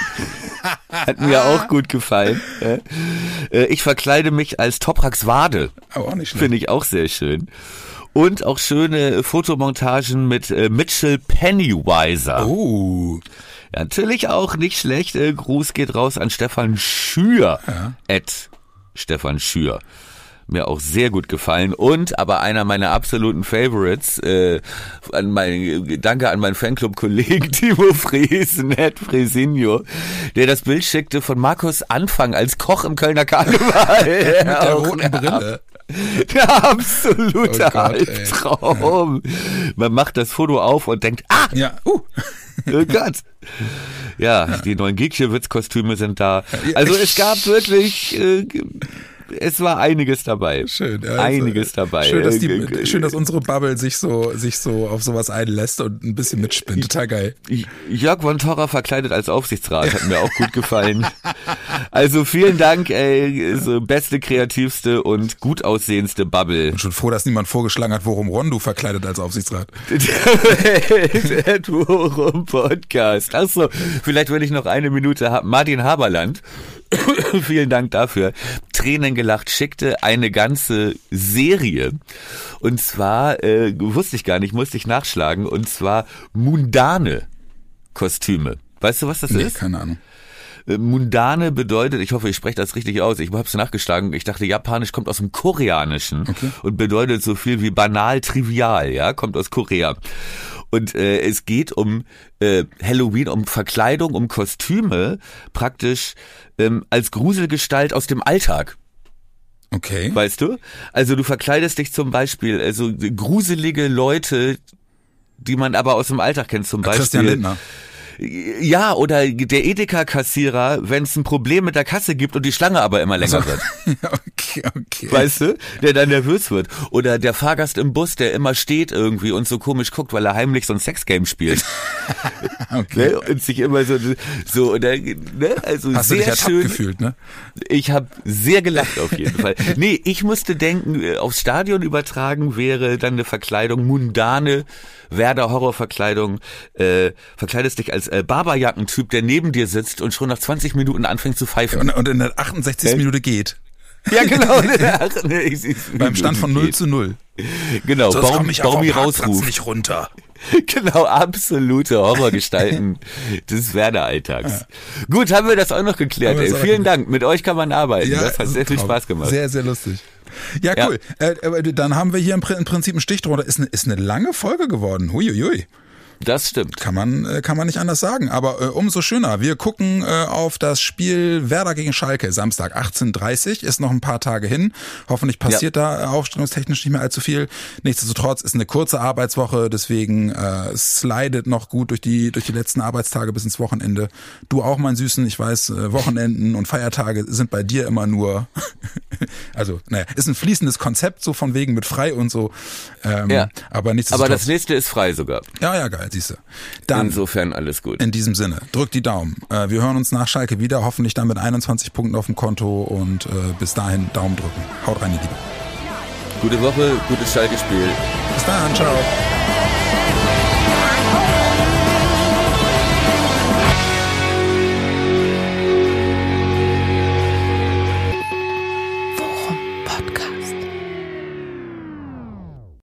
Hat mir auch gut gefallen. Ich verkleide mich als Toprax Wade. Aber auch nicht schlecht. Finde ich auch sehr schön. Und auch schöne Fotomontagen mit Mitchell Pennywiser. Oh. Ja, natürlich auch nicht schlecht. Äh, Gruß geht raus an Stefan Schür. Ja. Ed Stefan Schür. Mir auch sehr gut gefallen. Und aber einer meiner absoluten Favorites, äh, an mein, danke an meinen Fanclub-Kollegen Timo Friesen, Ed Fresinho, der das Bild schickte von Markus Anfang als Koch im Kölner Karneval. Mit der roten Brille. Der absolute Oh Gott, Albtraum. Ja. Man macht das Foto auf und denkt, ah, ja, uh. oh Gott. Ja, ja, die neuen Giekjewitz-Kostüme sind da. Also es gab wirklich, äh, es war einiges dabei. Schön. Ja, einiges also, dabei. Schön dass, die, schön, dass unsere Bubble sich so, sich so auf sowas einlässt und ein bisschen mitspinnt. Total geil. Jörg von Torra verkleidet als Aufsichtsrat hat mir auch gut gefallen. Also vielen Dank, ey, so beste, kreativste und gut aussehendste Bubble. Ich bin schon froh, dass niemand vorgeschlagen hat, worum Rondo verkleidet als Aufsichtsrat. Der Worum Podcast. Achso, vielleicht, wenn ich noch eine Minute habe. Martin Haberland. Vielen Dank dafür. Tränen gelacht, schickte eine ganze Serie. Und zwar, äh, wusste ich gar nicht, musste ich nachschlagen. Und zwar mundane Kostüme. Weißt du, was das nee, ist? Keine Ahnung. Mundane bedeutet, ich hoffe, ich spreche das richtig aus, ich habe es nachgeschlagen, ich dachte, Japanisch kommt aus dem Koreanischen okay. und bedeutet so viel wie banal, trivial, ja, kommt aus Korea. Und äh, es geht um äh, Halloween, um Verkleidung, um Kostüme, praktisch ähm, als Gruselgestalt aus dem Alltag. Okay. Weißt du? Also du verkleidest dich zum Beispiel, also gruselige Leute, die man aber aus dem Alltag kennt, zum Beispiel. Christian Lindner. Ja, oder der Edeka-Kassierer, wenn es ein Problem mit der Kasse gibt und die Schlange aber immer länger also, wird. Okay, okay. Weißt du? Der dann nervös wird. Oder der Fahrgast im Bus, der immer steht irgendwie und so komisch guckt, weil er heimlich so ein Sexgame spielt. Okay. Ne? Und sich immer so, so oder, ne? Also Hast sehr du dich schön. Gefühlt, ne? Ich habe sehr gelacht auf jeden Fall. Nee, ich musste denken, aufs Stadion übertragen wäre dann eine Verkleidung, mundane Werder-Horror-Verkleidung, äh, verkleidest dich als äh, Barberjackentyp, der neben dir sitzt und schon nach zwanzig Minuten anfängt zu pfeifen. Und, und in der achtundsechzigsten Minute geht. Ja, genau. Beim Stand von null zu null. Genau, Sonst Baum, komm ich Baumi rausruft. rausruft. Nicht runter. Genau, absolute Horrorgestalten des Werder-Alltags. Ja. Gut, haben wir das auch noch geklärt. Ey. Vielen Dank, mit euch kann man arbeiten. Ja, das hat sehr viel Spaß gemacht. Sehr, sehr lustig. Ja, cool. Ja. Äh, dann haben wir hier im Prinzip einen Stich drunter. Ist eine, ist eine lange Folge geworden. Huiuiui. Das stimmt. Kann man, kann man nicht anders sagen. Aber äh, umso schöner. Wir gucken äh, auf das Spiel Werder gegen Schalke. Samstag achtzehn Uhr dreißig. Ist noch ein paar Tage hin. Hoffentlich passiert ja. da aufstellungstechnisch nicht mehr allzu viel. Nichtsdestotrotz ist eine kurze Arbeitswoche. Deswegen äh, slidet noch gut durch die, durch die letzten Arbeitstage bis ins Wochenende. Du auch, mein Süßen. Ich weiß, äh, Wochenenden und Feiertage sind bei dir immer nur... also, naja, ist ein fließendes Konzept, so von wegen mit frei und so. Ähm, ja. Aber nichtsdestotrotz... Aber das nächste ist frei sogar. Ja, ja, geil. Siehste. Dann, insofern alles gut. In diesem Sinne, drückt die Daumen. Äh, wir hören uns nach Schalke wieder, hoffentlich dann mit einundzwanzig Punkten auf dem Konto und äh, bis dahin Daumen drücken. Haut rein, ihr Lieben. Gute Woche, gutes Schalke-Spiel. Bis dann, ciao.